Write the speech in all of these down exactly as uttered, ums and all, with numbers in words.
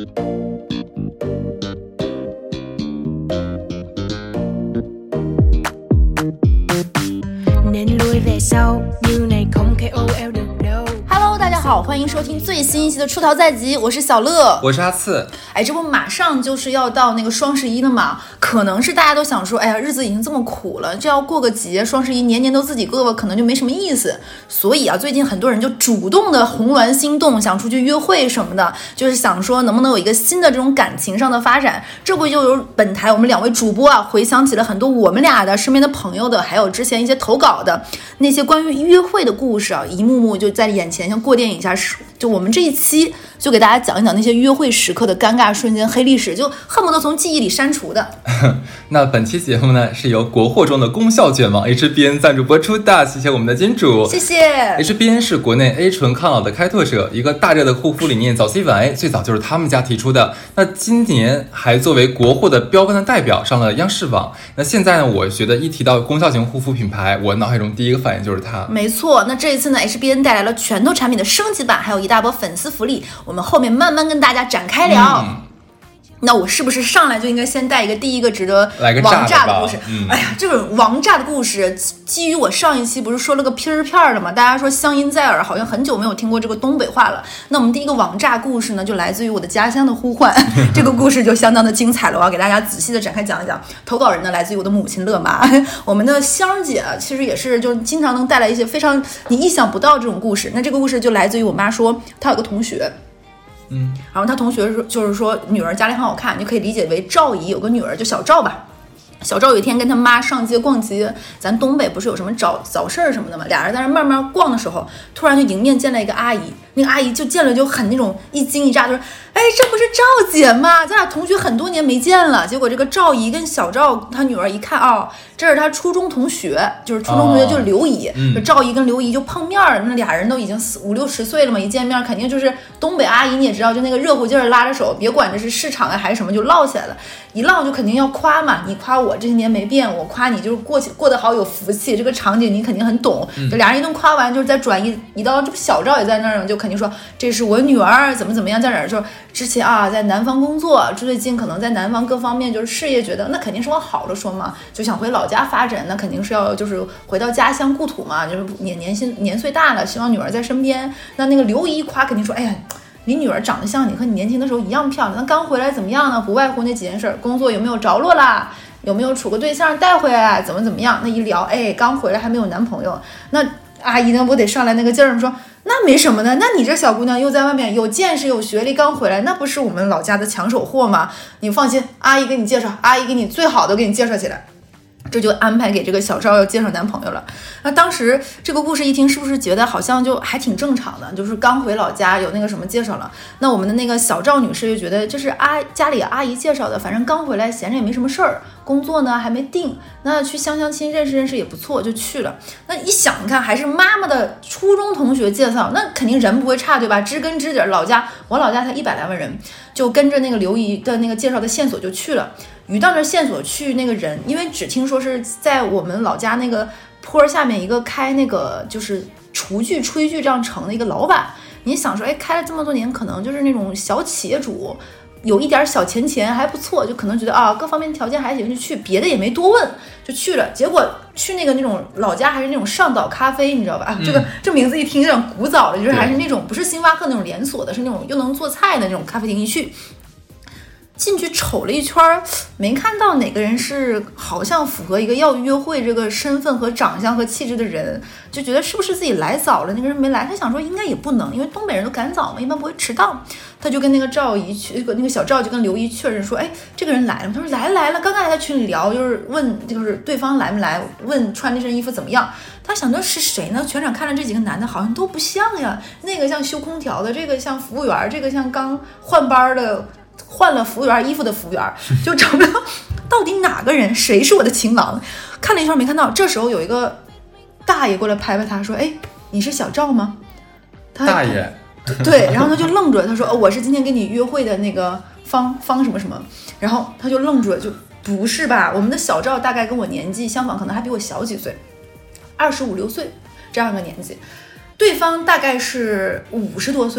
Hello， 大家好，欢迎收听最新一期的出逃在即，我是小乐， 我是阿次。 哎，这不马上就是要到那个双十一了嘛？可能是大家都想说，哎呀，日子已经这么苦了，这要过个节，双十一年年都自己过吧，可能就没什么意思。所以啊，最近很多人就主动的红鸾心动，想出去约会什么的，就是想说能不能有一个新的这种感情上的发展。这不就有本台我们两位主播啊，回想起了很多我们俩的身边的朋友的，还有之前一些投稿的那些关于约会的故事啊，一幕幕就在眼前，像过电影一下。就我们这一期就给大家讲一讲那些约会时刻的尴尬瞬间黑历史，就恨不得从记忆里删除的。 那本期节目呢，是由国货中的功效卷王 H B N 赞助播出的，谢谢我们的金主， 谢谢。 H B N 是国内 A 醇抗老的开拓者，一个大热的护肤理念，早 C 晚 A 最早就是他们家提出的。那今年还作为国货的标杆的代表上了央视网。那现在呢，我觉得一提到功效型护肤品牌，我脑海中第一个反应就是它。 没错，那这一次呢 H B N 带来了拳头产品的升级版，还有一大波粉丝福利，我们后面慢慢跟大家展开聊。嗯，那我是不是上来就应该先带一个第一个值得王炸的故事？ 嗯、 哎呀，这个王炸的故事基于我上一期不是说了个片儿片儿的嘛，大家说乡音在耳，好像很久没有听过这个东北话了。那我们第一个王炸故事呢，就来自于我的家乡的呼唤，这个故事就相当的精彩了，我要给大家仔细的展开讲一讲。投稿人呢来自于我的母亲乐妈，我们的香姐其实也是就经常能带来一些非常你意想不到这种故事。那这个故事就来自于我妈说，她有个同学。 嗯， 然后他同学就是说女儿家里很好看，你就可以理解为赵姨有个女儿就小赵吧。小赵有一天跟他妈上街逛街，咱东北不是有什么早早市什么的吗？俩人在那慢慢逛的时候，突然就迎面见了一个阿姨，那个阿姨就见了就很那种一惊一乍，就说：“哎，这不是赵姐吗？咱俩同学很多年没见了。”结果这个赵姨跟小赵他女儿一看啊、哦，这是他初中同学，就是初中同学就是刘姨，哦嗯、赵姨跟刘姨就碰面了，那俩人都已经五六十岁了嘛，一见面肯定就是东北阿姨，你也知道，就那个热乎劲儿，拉着手，别管这是市场啊还是什么，就唠起来了。一唠就肯定要夸嘛，你夸我这些年没变，我夸你就是过过得好有福气，这个场景你肯定很懂。嗯、就俩人一顿夸完，就是再转移一到这不小赵也在那儿，就肯定说这是我女儿怎么怎么样，在哪儿说之前啊在南方工作，最近可能在南方各方面就是事业觉得那肯定是往好了说嘛，就想回老家发展，那肯定是要就是回到家乡故土嘛，就是年年薪年岁大了，希望女儿在身边。那那个刘姨夸肯定说，哎呀。你女儿长得像你，和你年轻的时候一样漂亮。那刚回来怎么样呢？不外乎那几件事，工作有没有着落啦？有没有处个对象带回来？怎么怎么样？那一聊，哎，刚回来还没有男朋友。那阿姨呢，不得上来那个劲儿说，那没什么的。那你这小姑娘又在外面有见识有学历，刚回来，那不是我们老家的抢手货吗？你放心，阿姨给你介绍，阿姨给你最好的给你介绍起来。这就安排给这个小赵要介绍男朋友了。那当时这个故事一听，是不是觉得好像就还挺正常的？就是刚回老家有那个什么介绍了。那我们的那个小赵女士就觉得这是阿家里阿姨介绍的，反正刚回来闲着也没什么事儿，工作呢还没定，那去相相亲认识认识也不错，就去了。那一想，你看还是妈妈的初中同学介绍，那肯定人不会差，对吧？知根知底，老家我老家才一百来万人，就跟着那个刘姨的那个介绍的线索就去了。遇到那线索去那个人，因为只听说是在我们老家那个坡下面一个开那个就是厨具炊具这样成的一个老板，你想说，哎，开了这么多年，可能就是那种小企业主，有一点小钱钱还不错，就可能觉得啊各方面条件还行，就去，别的也没多问就去了。结果去那个那种老家还是那种上岛咖啡，你知道吧？嗯、这个这名字一听有点古早的，就是还是那种不是星巴克那种连锁的，是那种又能做菜的那种咖啡厅。一去进去瞅了一圈，没看到哪个人是好像符合一个要约会这个身份和长相和气质的人，就觉得是不是自己来早了，那个人没来。他想说应该也不能，因为东北人都赶早嘛，一般不会迟到。他就跟那个赵姨去，那个那个小赵就跟刘姨确认说，哎，这个人来了吗？他说来了来了，刚刚还在群里聊，就是问就是对方来没来，问穿这身衣服怎么样。他想的是谁呢？全场看了这几个男的好像都不像呀，那个像修空调的，这个像服务员，这个像刚换班的。换了服务员衣服的服务员，就找不到到底哪个人，谁是我的情郎？看了一圈没看到。这时候有一个大爷过来拍拍他说：“哎，你是小赵吗？”他大爷对，然后他就愣住了，他说：“哦，我是今天跟你约会的那个方方什么什么。”然后他就愣住了，就不是吧？我们的小赵大概跟我年纪相仿，可能还比我小几岁，二十五六岁这样一个年纪。对方大概是五十多岁。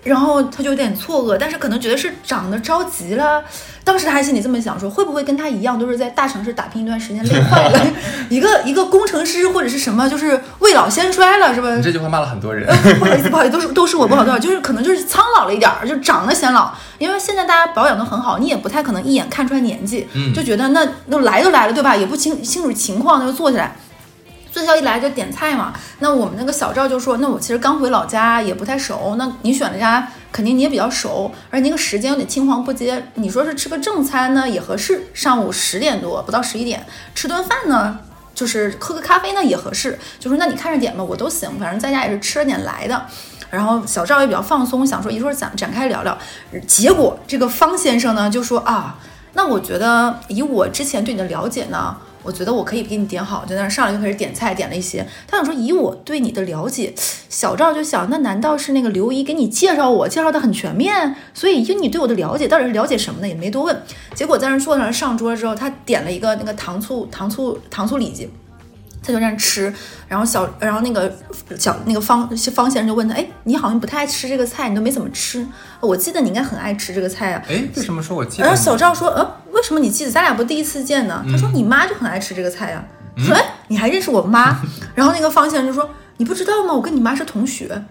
然后他就有点错愕，但是可能觉得是长得着急了。当时他还心里这么想说，会不会跟他一样，都是在大城市打拼一段时间累坏了，一个一个工程师或者是什么，就是未老先衰了，是吧？ 你这句话骂了很多人。 不好意思，不好意思，都是都是我不好多少，就是可能就是苍老了一点，就长得显老。因为现在大家保养都很好，你也不太可能一眼看出来年纪， 嗯、 就觉得那都来都来了，对吧？也不清清楚情况，那就坐下来。最小一来就点菜嘛，那我们那个小赵就说，那我其实刚回老家也不太熟，那你选了家肯定你也比较熟，而且那个时间有点青黄不接，你说是吃个正餐呢也合适，上午十点多不到十一点吃顿饭呢，就是喝个咖啡呢也合适，就说那你看着点吧，我都行，反正在家也是吃了点来的。然后小赵也比较放松，想说一会儿展展开聊聊，结果这个方先生呢就说啊，那我觉得以我之前对你的了解呢，我觉得我可以给你点好，就在那上来就开始点菜，点了一些。他想说，以我对你的了解，小赵就想，那难道是那个刘姨给你介绍我，介绍的很全面？所以以你对我的了解，到底是了解什么呢？也没多问。结果在那坐上上桌之后，他点了一个那个糖醋糖醋糖醋里脊。他就在那吃，然后小，然后那个小那个方方先生就问他，哎，你好像不太爱吃这个菜，你都没怎么吃。我记得你应该很爱吃这个菜啊。 哎，为什么说我记得？ 然后小赵说，呃，为什么你记得？咱俩不第一次见呢？他说你妈就很爱吃这个菜呀、啊。嗯、说，哎，你还认识我妈？然后那个方先生就说，你不知道吗？我跟你妈是同学。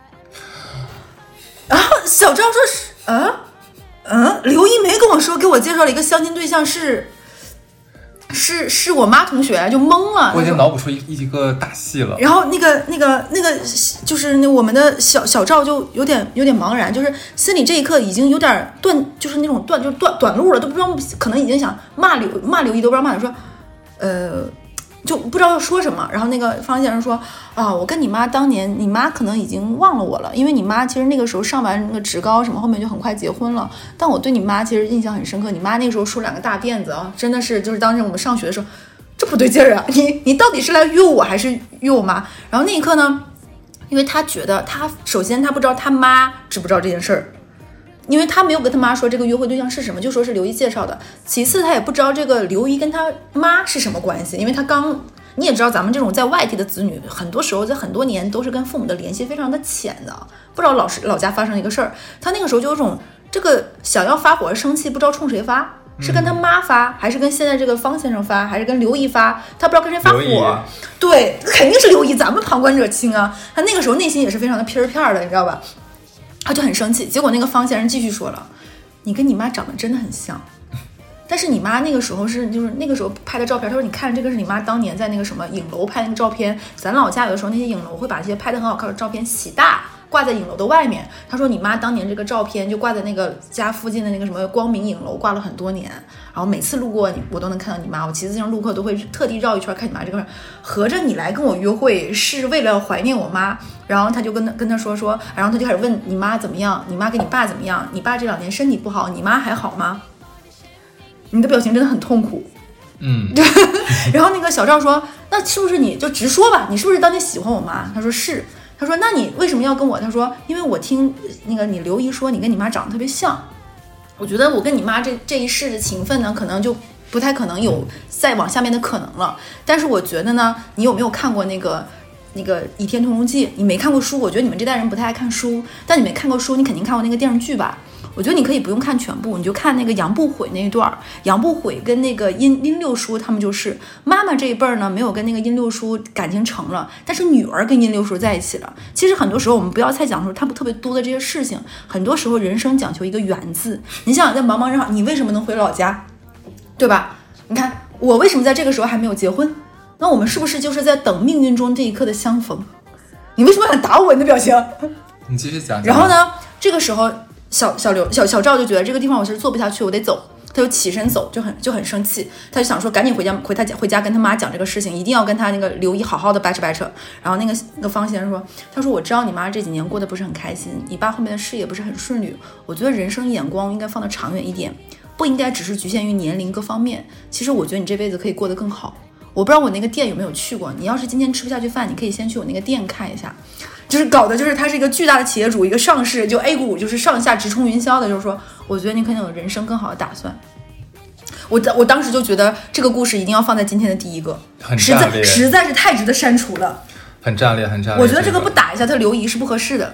然后小赵说，嗯嗯，刘一梅跟我说，给我介绍了一个相亲对象是。是是我妈同学，就懵了。 我已经脑补出一一个大戏了。 然后那个那个那个就是那我们的小小赵就有点有点茫然，就是心里这一刻已经有点断，就是那种断就是断短路了，都不知道，可能已经想骂刘骂刘姨都不知道骂，说呃就不知道要说什么。然后那个方先生说啊，我跟你妈当年，你妈可能已经忘了我了，因为你妈其实那个时候上完那个职高什么，后面就很快结婚了。但我对你妈其实印象很深刻，你妈那个时候梳两个大辫子啊，真的是就是当时我们上学的时候，这不对劲儿啊！你你到底是来约我还是约我妈？然后那一刻呢，因为他觉得他首先他不知道他妈知不知道这件事儿。因为他没有跟他妈说这个约会对象是什么，就说是刘姨介绍的。其次他也不知道这个刘姨跟他妈是什么关系，因为他刚你也知道咱们这种在外地的子女，很多时候在很多年都是跟父母的联系非常的浅的，不知道老师老家发生一个事儿，他那个时候就有种这个想要发火生气，不知道冲谁发，是跟他妈发，还是跟现在这个方先生发，还是跟刘姨发，他不知道跟谁发火。对，肯定是刘姨，咱们旁观者清啊。他那个时候内心也是非常的片儿片儿的，你知道吧？他就很生气，结果那个方先生继续说了，你跟你妈长得真的很像，但是你妈那个时候是就是那个时候拍的照片，他说你看这个是你妈当年在那个什么影楼拍那个照片，咱老家有的时候那些影楼会把这些拍的很好看的照片洗大挂在影楼的外面，他说你妈当年这个照片就挂在那个家附近的那个什么光明影楼挂了很多年，然后每次路过你我都能看到你妈，我骑自行车路过都会特地绕一圈看你妈这个，合着你来跟我约会是为了怀念我妈。然后他就跟他跟他说说，然后他就开始问你妈怎么样，你妈跟你爸怎么样，你爸这两年身体不好，你妈还好吗？你的表情真的很痛苦。 嗯， 对。然后那个小赵说，那是不是你就直说吧，你是不是当年喜欢我妈？他说是。他说那你为什么要跟我？他说因为我听那个你刘姨说你跟你妈长得特别像，我觉得我跟你妈这这一世的情分呢，可能就不太可能有再往下面的可能了。但是我觉得呢，你有没有看过那个那个《倚天屠龙记》？你没看过书，我觉得你们这代人不太爱看书，但你没看过书，你肯定看过那个电视剧吧？我觉得你可以不用看全部，你就看那个杨不悔那一段。杨不悔跟那个殷殷六叔他们就是妈妈这一辈儿呢，没有跟那个殷六叔感情成了，但是女儿跟殷六叔在一起了。其实很多时候我们不要太讲说他们特别多的这些事情，很多时候人生讲求一个缘字。你想想，在茫茫人海，你为什么能回老家，对吧？你看我为什么在这个时候还没有结婚？那我们是不是就是在等命运中这一刻的相逢？你为什么想打我？你的表情， 你继续讲。 然后呢，这个时候。小小刘小小赵就觉得这个地方我是坐不下去，我得走，他就起身走，就很就很生气，他就想说赶紧回家回他家回家跟他妈讲这个事情，一定要跟他那个刘姨好好的掰扯掰扯。然后那个那个方先生说，他说我知道你妈这几年过得不是很开心，你爸后面的事业不是很顺利，我觉得人生眼光应该放得长远一点，不应该只是局限于年龄各方面。其实我觉得你这辈子可以过得更好。我不知道我那个店有没有去过，你要是今天吃不下去饭，你可以先去我那个店看一下。就是搞的就是他是一个巨大的企业主，一个上市就 A 股就是上下直冲云霄的，就是说我觉得你可能有人生更好的打算。我我当时就觉得这个故事一定要放在今天的第一个， 很炸裂， 实在实在是太值得删除了， 很炸裂很炸裂。 我觉得这个不打一下他刘姨是不合适的。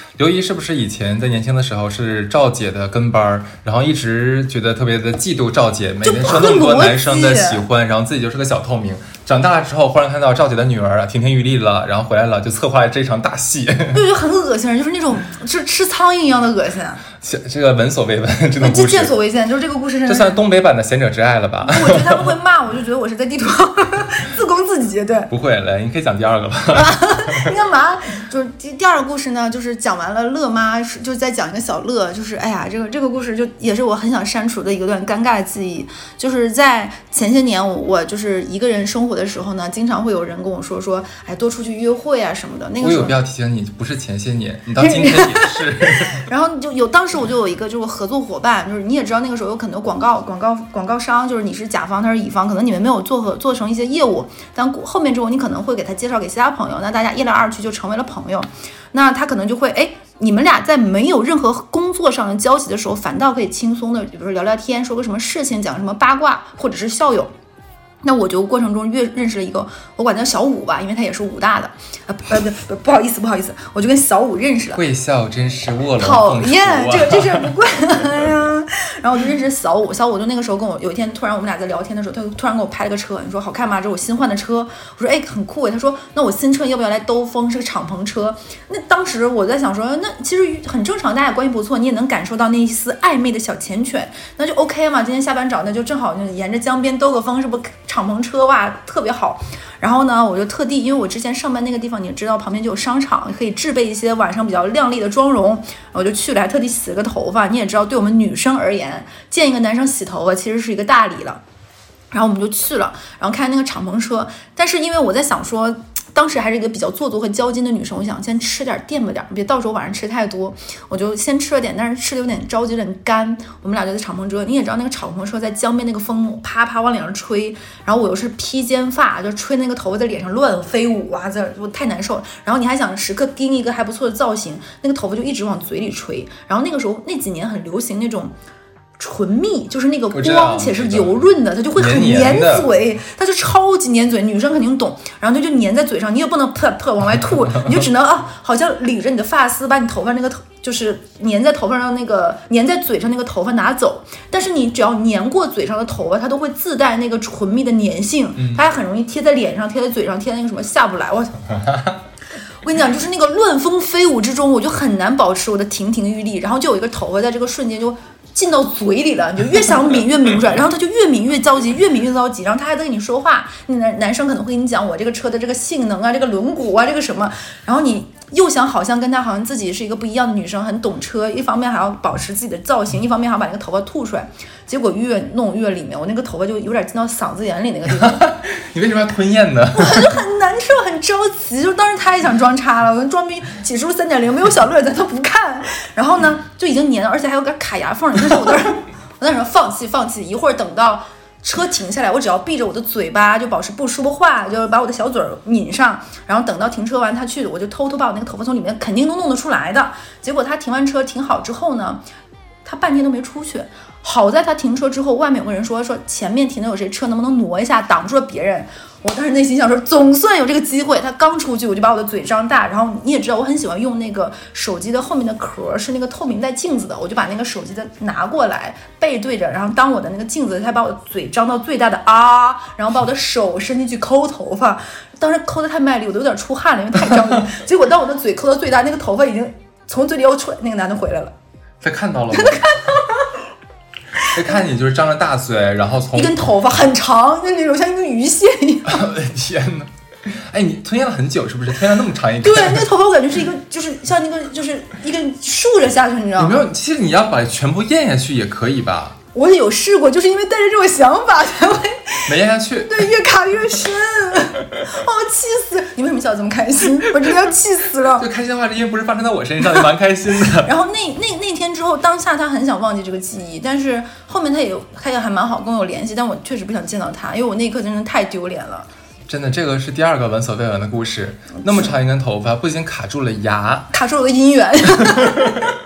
刘怡是不是以前在年轻的时候是赵姐的跟班，然后一直觉得特别的嫉妒赵姐，每天受那么多男生的喜欢，然后自己就是个小透明。长大了之后，忽然看到赵姐的女儿亭亭玉立了，然后回来了，就策划了这场大戏。 我觉得很恶心，就是那种吃吃苍蝇一样的恶心。 这个闻所未闻，这种故事见所未见，就是这个故事真的， 这算东北版的贤者之爱了吧？ 我觉得他们会骂我，就觉得我是在地图上自攻自己。对， 不会，来，你可以讲第二个了。 你干嘛？就是第第二个故事呢，就是讲完了乐妈，就在讲一个小乐，就是哎呀，这个这个故事就也是我很想删除的一个段尴尬的记忆。就是在前些年我，我就是一个人生活的时候呢，经常会有人跟我说说，哎，多出去约会啊什么的。那个时候我有必要提醒你，不是前些年，你到今天也是。 然后就有当时我就有一个就是合作伙伴，就是你也知道那个时候有很多广告广告广告商，就是你是甲方，他是乙方，可能你们没有做和做成一些业务，但后面之后你可能会给他介绍给其他朋友，那大家一来二去就成为了朋友。那他可能就会哎，你们俩在没有任何工作上的交集的时候，反倒可以轻松的，比如说聊聊天，说个什么事情，讲什么八卦，或者是校友。那我就过程中越认识了一个，我管他小武吧，因为他也是武大的，呃不不不好意思不好意思，我就跟小武认识了。 贵校真是卧龙凤雏啊！ 讨厌，这个这事不贵。哎呀，然后我就认识小武，小武就那个时候跟我有一天突然我们俩在聊天的时候，他突然给我拍了个车，你说好看吗？这是我新换的车。我说哎很酷哎，他说那我新车要不要来兜风？是个敞篷车。那当时我在想说，那其实很正常，大家关系不错，你也能感受到那一丝暧昧的小缱绻，那就 OK 嘛。今天下班找那就正好就沿着江边兜个风，是不是敞篷车哇？特别好。然后呢，我就特地，因为我之前上班那个地方，你知道旁边就有商场，可以置备一些晚上比较亮丽的妆容，我就去了，还特地洗了个头发。你也知道，对我们女生而言，见一个男生洗头发其实是一个大礼了。然后我们就去了，然后看那个敞篷车，但是因为我在想说，当时还是一个比较做作和交金的女生，我想先吃点垫吧点，别到时候晚上吃太多，我就先吃了点，但是吃的有点着急，有点干。我们俩就在敞篷车，你也知道那个敞篷车在江边那个风啪啪往脸上吹，然后我又是披肩发，就吹那个头发在脸上乱飞舞啊，这我太难受了。然后你还想时刻盯一个还不错的造型，那个头发就一直往嘴里吹。然后那个时候那几年很流行那种唇蜜，就是那个光且是油润的，它就会很粘嘴，它就超级粘嘴，女生肯定懂。然后它就粘在嘴上，你也不能噗噗往外吐，你就只能啊，好像理着你的发丝，把你头发那个就是粘在头发上那个粘在嘴上那个头发拿走。但是你只要粘过嘴上的头发，它都会自带那个唇蜜的粘性，它还很容易贴在脸上、贴在嘴上、贴在那个什么下不来。我我跟你讲，就是那个乱风飞舞之中，我就很难保持我的亭亭玉立，然后就有一个头发在这个瞬间就进到嘴里了，你就越想抿越抿不出来，然后他就越抿越着急，越抿越着急，然后他还在跟你说话，那男男生可能会跟你讲我这个车的这个性能啊，这个轮毂啊，这个什么，然后你又想好像跟他好像自己是一个不一样的女生，很懂车，一方面还要保持自己的造型，一方面还要把那个头发吐出来，结果越弄越里面，我那个头发就有点进到嗓子眼里那个地方。 你为什么要吞咽呢？ 我就很难受，很着急，就当时他也想装叉了，我装逼起诉 三点零 没有小乐咱都不看，然后呢就已经粘了，而且还有个卡牙缝，但是我当时我那时候放弃放弃，一会儿等到车停下来，我只要闭着我的嘴巴，就保持不说话，就把我的小嘴抿上，然后等到停车完他去，我就偷偷把我那个头发从里面肯定都弄得出来的。结果他停完车停好之后呢，他半天都没出去。好在他停车之后，外面有个人说说前面停的有谁车，能不能挪一下，挡住了别人。我当时内心想说，总算有这个机会。他刚出去，我就把我的嘴张大，然后你也知道，我很喜欢用那个手机的后面的壳是那个透明带镜子的，我就把那个手机的拿过来，背对着，然后当我的那个镜子，他把我的嘴张到最大的啊，然后把我的手伸进去抠头发。当时抠得太卖力，我都有点出汗了，因为太着急。结果当我的嘴抠到最大，那个头发已经从嘴里又出来，那个男的回来了。 他看到了吗？他看到了。他看你就是张着大嘴，然后从一根头发很长，那种像一根鱼线一样。 天哪！哎，你吞咽了很久是不是？吞咽了那么长一根？ 对，那个头发我感觉是一个，就是像那个，就是一根竖着下去，你知道吗？ 有没有？其实你要把全部咽下去也可以吧？ 我有试过，就是因为带着这种想法才会没咽下去。 对，越卡越深，哦，气死！你为什么笑得这么开心？我真的要气死了。 就开心的话，这因为不是发生在我身上，就蛮开心的。 然后那那那天之后，当下他很想忘记这个记忆，但是后面他也他也还蛮好跟我有联系，但我确实不想见到他，因为我那一刻真的太丢脸了。 真的，这个是第二个闻所未闻的故事。那么长一根头发，不仅卡住了牙， 卡住了我的姻缘。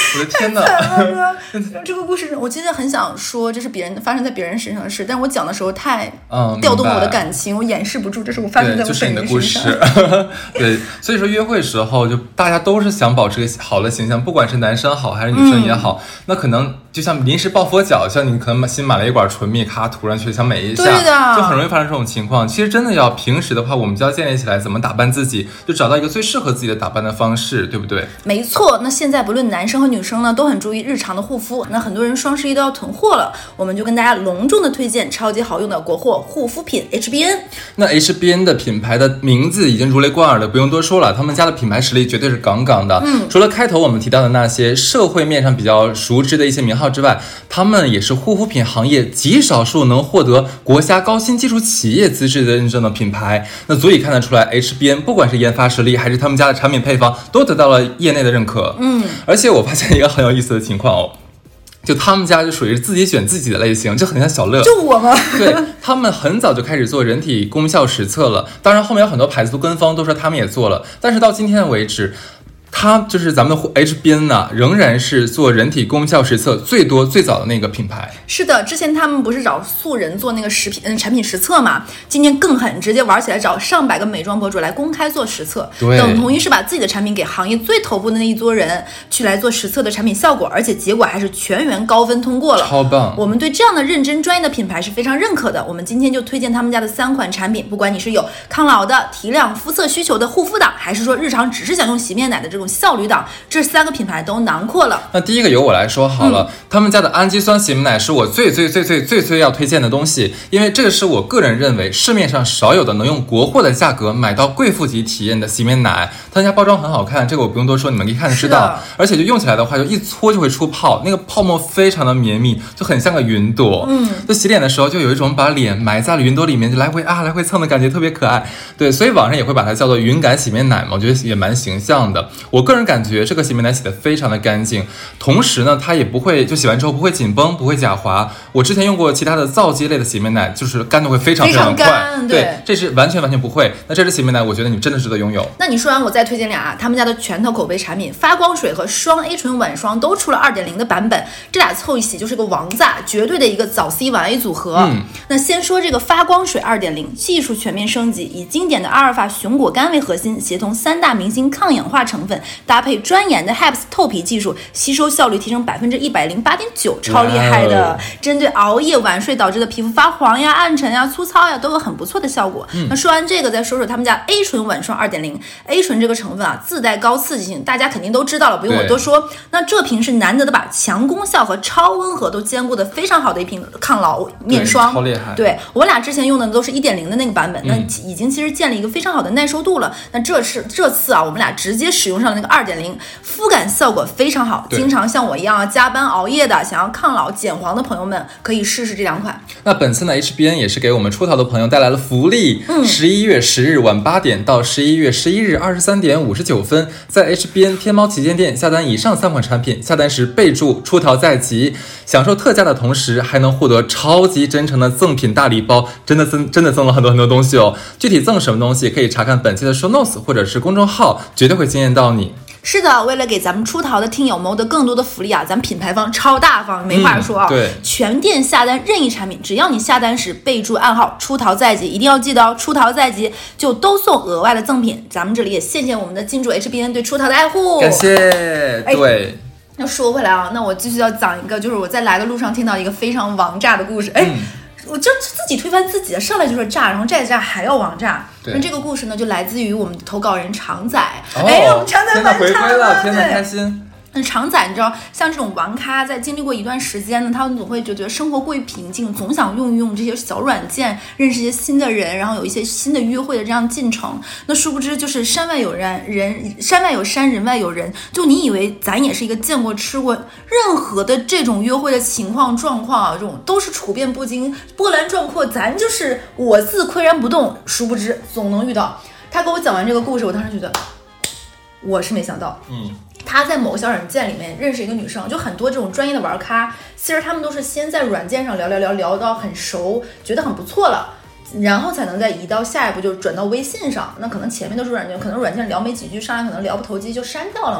我的天哪！ 这个故事我其实很想说，这是别人发生在别人身上的事，但我讲的时候太嗯调动我的感情，我掩饰不住，这是我发生在我本人身上。 对，就是你的故事。对，所以说约会时候就大家都是想保持一个好的形象，不管是男生好还是女生也好，嗯、那可能就像临时抱佛脚，像你可能新买了一管唇蜜，咔突然去想美一下， 对的， 就很容易发生这种情况。其实真的要平时的话，我们就要建立起来怎么打扮自己，就找到一个最适合自己的打扮的方式，对不对？ 没错。那现在不论男生和女生呢，都很注意日常的护肤。那很多人双十一都要囤货了，我们就跟大家隆重的推荐超级好用的国货护肤品 H B N。 那 H B N 的品牌的名字已经如雷贯耳的，不用多说了，他们家的品牌实力绝对是杠杠的。嗯，除了开头我们提到的那些社会面上比较熟知的一些名号之外，他们也是护肤品行业极少数能获得国家高新技术企业资质的认证的品牌。那足以看得出来 H B N 不管是研发实力还是他们家的产品配方都得到了业内的认可。嗯，而且我发现一个很有意思的情况哦，就他们家就属于自己选自己的类型，就很像小乐。 就我吗？ 对，他们很早就开始做人体功效实测了，当然后面有很多牌子都跟风，都说他们也做了，但是到今天为止，它就是咱们的 H B N 呢，仍然是做人体功效实测最多最早的那个品牌。 是的，之前他们不是找素人做那个食品嗯产品实测嘛，今年更狠，直接玩起来找上百个美妆博主来公开做实测，等同于是把自己的产品给行业最头部的那一撮人去来做实测的产品效果，而且结果还是全员高分通过了， 超棒！ 我们对这样的认真专业的品牌是非常认可的。我们今天就推荐他们家的三款产品，不管你是有抗老的、提亮肤色需求的护肤党，还是说日常只是想用洗面奶的这种效率党，这三个品牌都囊括了。 那第一个由我来说好了，嗯、他们家的氨基酸洗面奶是我最最最最最最要推荐的东西，因为这个是我个人认为市面上少有的能用国货的价格买到贵妇级体验的洗面奶。他家包装很好看，这个我不用多说，你们一看就知道。而且就用起来的话，就一搓就会出泡，那个泡沫非常的绵密，就很像个云朵。嗯，就洗脸的时候就有一种把脸埋在了云朵里面，就来回啊来回蹭的感觉，特别可爱。对，所以网上也会把它叫做云感洗面奶嘛，我觉得也蛮形象的。我个人感觉这个洗面奶洗得非常的干净，同时呢，它也不会就洗完之后不会紧绷，不会假滑。我之前用过其他的皂基类的洗面奶，就是干的会非常非常快， 对， 对，这是完全完全不会。那这支洗面奶，我觉得你真的值得拥有。 那你说完，我再推荐俩啊，他们家的拳头口碑产品发光水和双 A 醇晚霜都出了 二点零 的版本，这俩凑一起就是个王炸，绝对的一个早 C 晚 A 组合。嗯，那先说这个发光水 二点零， 技术全面升级，以经典的阿尔法熊果苷为核心，协同三大明星抗氧化成分，搭配专研的 H A P S 透皮技术，吸收效率提升百分之一百零八点九，超厉害的。Wow. 针对熬夜晚睡导致的皮肤发黄呀、暗沉呀、粗糙呀，都有很不错的效果。嗯、那说完这个，再说说他们家 A 醇晚霜 二点零。A 醇这个成分啊，自带高刺激性，大家肯定都知道了，不用我多说。那这瓶是难得的把强功效和超温和都兼顾的非常好的一瓶抗老面霜， 超厉害。 对，我俩之前用的都是 一点零 的那个版本，那已经其实建立一个非常好的耐受度了。那这次这次啊，我们俩直接使用上了那个 二点零， 肤感效果非常好，经常像我一样加班熬夜的，想要抗老减黄的朋友们可以试试这两款。 那本次呢 H B N 也是给我们出逃的朋友带来了福利，十一、嗯、月十日晚八点到十一月十一日二十三点五十九分，在 H B N 天猫旗舰店下单以上三款产品，下单时备注出逃在即，享受特价的同时还能获得超级真诚的赠品大礼包，真的赠真的赠了很多很多东西哦。具体赠什么东西可以查看本期的 show notes 或者是公众号，绝对会惊艳到你。 是的，为了给咱们出逃的听友谋得更多的福利啊，咱们品牌方超大方，没话说啊。 嗯、对， 全店下单任意产品，只要你下单时备注暗号出逃在即，一定要记得哦，出逃在即就都送额外的赠品。咱们这里也谢谢我们的金主 H B N 对出逃的爱护， 感谢。 哎、 对。 那说回来啊，那我继续要讲一个，就是我在来的路上听到一个非常王炸的故事。哎。嗯，我就自己推翻自己的，上来就是炸，然后再炸还要王炸。那这个故事呢，就来自于我们的投稿人常仔。 哦、 哎，我们常仔回归了，天哪，开心！ 那常仔，你知道，像这种玩咖，在经历过一段时间呢，他们总会觉得生活过于平静，总想用一用这些小软件，认识一些新的人，然后有一些新的约会的这样进程。那殊不知，就是山外有人，人山外有山，人外有人。就你以为咱也是一个见过、吃过任何的这种约会的情况状况啊，这种都是处变不惊、波澜壮阔，咱就是我自岿然不动。殊不知，总能遇到。他给我讲完这个故事，我当时觉得，我是没想到，嗯。他在某个小软件里面认识一个女生，就很多这种专业的玩咖，其实他们都是先在软件上聊聊聊聊到很熟，觉得很不错了，然后才能再移到下一步，就转到微信上。那可能前面都是软件，可能软件聊没几句，上来可能聊不投机就删掉了嘛。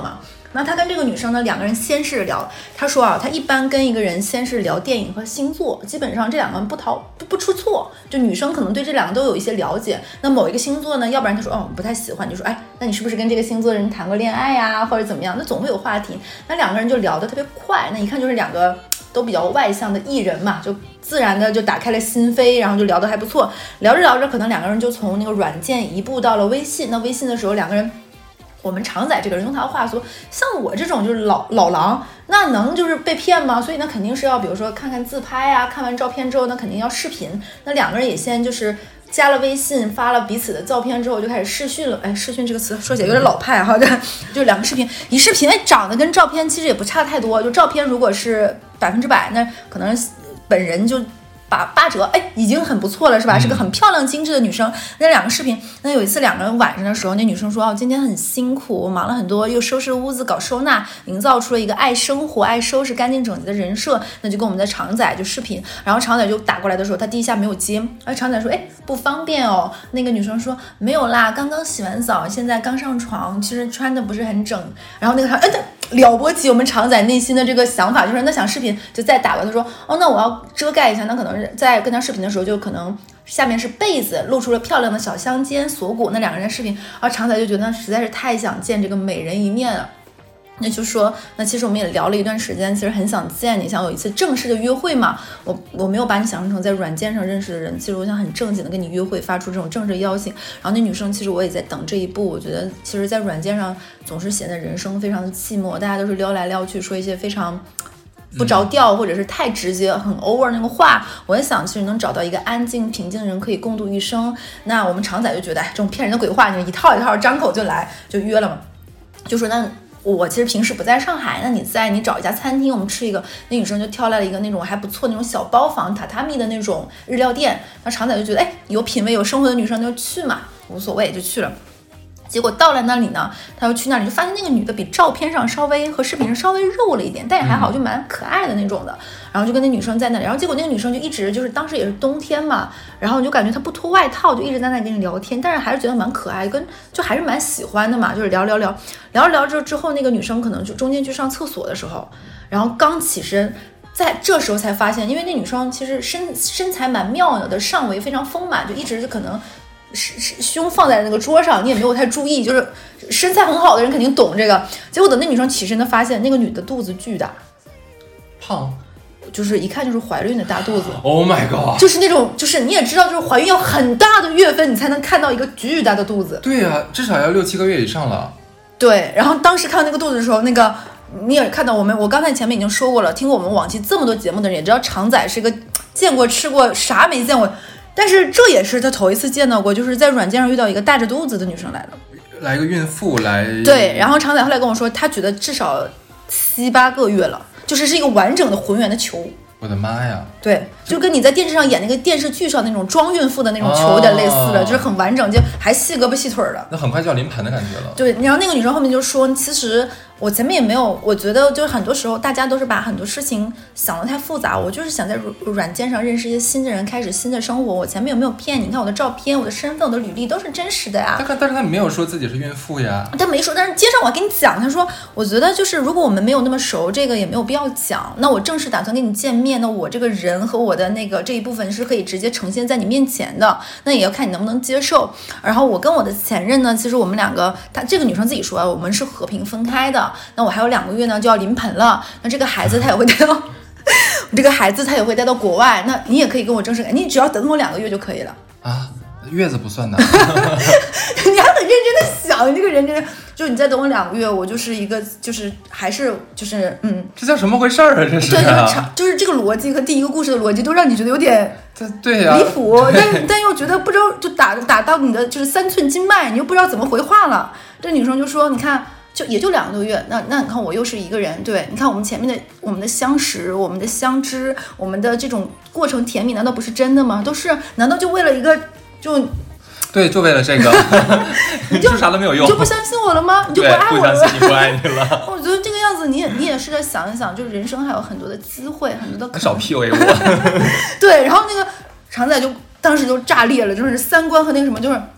那他跟这个女生呢，两个人先是聊，他说啊，他一般跟一个人先是聊电影和星座，基本上这两个人不逃不不出错，就女生可能对这两个都有一些了解。那某一个星座呢，要不然他说哦不太喜欢，就说哎，那你是不是跟这个星座的人谈过恋爱呀、啊，或者怎么样？那总会有话题。那两个人就聊得特别快，那一看就是两个都比较外向的艺人嘛，就自然的就打开了心扉，然后就聊得还不错。聊着聊着，可能两个人就从那个软件移步到了微信。那微信的时候，两个人。我们常仔这个人用他的话说，像我这种就是老老狼，那能就是被骗吗？所以那肯定是要，比如说看看自拍啊，看完照片之后，那肯定要视频。那两个人也先就是加了微信，发了彼此的照片之后，就开始视讯了。哎，视讯这个词说起来有点老派哈，就两个视频，一视频，哎，长得跟照片其实也不差太多。就照片如果是百分之百，那可能本人就。把八折，哎，已经很不错了，是吧？是个很漂亮精致的女生。那两个视频，那有一次两个人晚上的时候，那女生说：“哦，今天很辛苦，忙了很多，又收拾屋子、搞收纳，营造出了一个爱生活、爱收拾干净整洁的人设。”那就跟我们的常仔就视频，然后常仔就打过来的时候，他第一下没有接，而常仔说：“哎，不方便哦。”那个女生说：“没有啦，刚刚洗完澡，现在刚上床，其实穿的不是很整。”然后那个他，哎，撩拨起我们常仔内心的这个想法，就是那想视频就再打过来，他说：“哦，那我要遮盖一下，那可能。”在跟他视频的时候，就可能下面是被子，露出了漂亮的小香肩、锁骨。那两个人视频，而常仔就觉得实在是太想见这个美人一面了。那就说，那其实我们也聊了一段时间，其实很想见你，想有一次正式的约会嘛。我我没有把你想象成在软件上认识的人，其实我想很正经的跟你约会，发出这种正式邀请。然后那女生其实我也在等这一步。我觉得其实，在软件上总是显得人生非常的寂寞，大家都是撩来撩去，说一些非常。不着调或者是太直接很 over 那个话，我也想其实能找到一个安静平静的人可以共度一生。那我们常仔就觉得哎，这种骗人的鬼话你一套一套张口就来，就约了嘛，就说那我其实平时不在上海，那你在你找一家餐厅我们吃一个。那女生就挑来了一个那种还不错那种小包房榻榻米的那种日料店，那常仔就觉得哎，有品味有生活的女生就去嘛，无所谓就去了。结果到了那里呢，他又去那里就发现那个女的比照片上稍微和视频上稍微肉了一点，但也还好，就蛮可爱的那种的。然后就跟那女生在那里，然后结果那个女生就一直就是当时也是冬天嘛，然后你就感觉她不脱外套，就一直在那里跟你聊天，但是还是觉得蛮可爱，跟就还是蛮喜欢的嘛，就是聊聊聊聊着聊着之后，那个女生可能就中间去上厕所的时候，然后刚起身。在这时候才发现，因为那女生其实身身材蛮妙的，上围非常丰满，就一直就可能是是胸放在那个桌上，你也没有太注意，就是身材很好的人肯定懂这个。结果等那女生起身的发现，那个女的肚子巨大， 胖， 就是一看就是怀孕的大肚子。 Oh my god！ 就是那种，就是你也知道，就是怀孕要很大的月份，你才能看到一个巨大的肚子。 对呀、啊，至少要六七个月以上了。 对，然后当时看到那个肚子的时候，那个。你也看到我们，我刚才前面已经说过了，听过我们往期这么多节目的人也知道，常仔是个见过吃过啥没见过，但是这也是他头一次见到过，就是在软件上遇到一个大着肚子的女生来了， 来一个孕妇来。 对，然后常仔后来跟我说，他觉得至少七八个月了，就是是一个完整的浑圆的球。 我的妈呀！ 对，就跟你在电视上演那个电视剧上那种装孕妇的那种球有点类似的，哦、就是很完整，就还细胳膊细腿的。 那很快就要临盆的感觉了。 对，然后那个女生后面就说，其实我前面也没有，我觉得就是很多时候大家都是把很多事情想得太复杂，我就是想在软件上认识一些新的人，开始新的生活。我前面有没有骗你？你看我的照片、我的身份、我的履历都是真实的呀。 但但是他没有说自己是孕妇呀。 他没说，但是接上我跟你讲，他说，我觉得就是如果我们没有那么熟，这个也没有必要讲。那我正式打算跟你见面，那我这个人和我的那个这一部分是可以直接呈现在你面前的，那也要看你能不能接受。然后我跟我的前任呢，其实我们两个，他这个女生自己说，我们是和平分开的。那我还有两个月呢就要临盆了，那这个孩子他也会带到这个孩子他也会带到国外，那你也可以跟我正式，你只要等我两个月就可以了啊，月子不算的。 你还很认真的想，你这个人真的就是你再等我两个月，我就是一个就是还是就是嗯， 这叫什么回事儿啊？这是、啊、 对，就是这个逻辑和第一个故事的逻辑都让你觉得有点对呀离谱，但但又觉得不知道就打打到你的就是三寸经脉，你又不知道怎么回话了。这女生就说，你看。就也就两个多月，那那你看我又是一个人，对，你看我们前面的我们的相识，我们的相知，我们的这种过程甜蜜，难道不是真的吗？都是，难道就为了一个就？ 对，就为了这个，你就啥都没有用， 你就不相信我了吗？你就不爱我了？ 不相信你不爱你了。 我觉得这个样子，你也你也试着想一想，就是人生还有很多的机会，很多的可能。 少 P U A 我。 对，然后那个常仔就当时就炸裂了，就是三观和那个什么就是。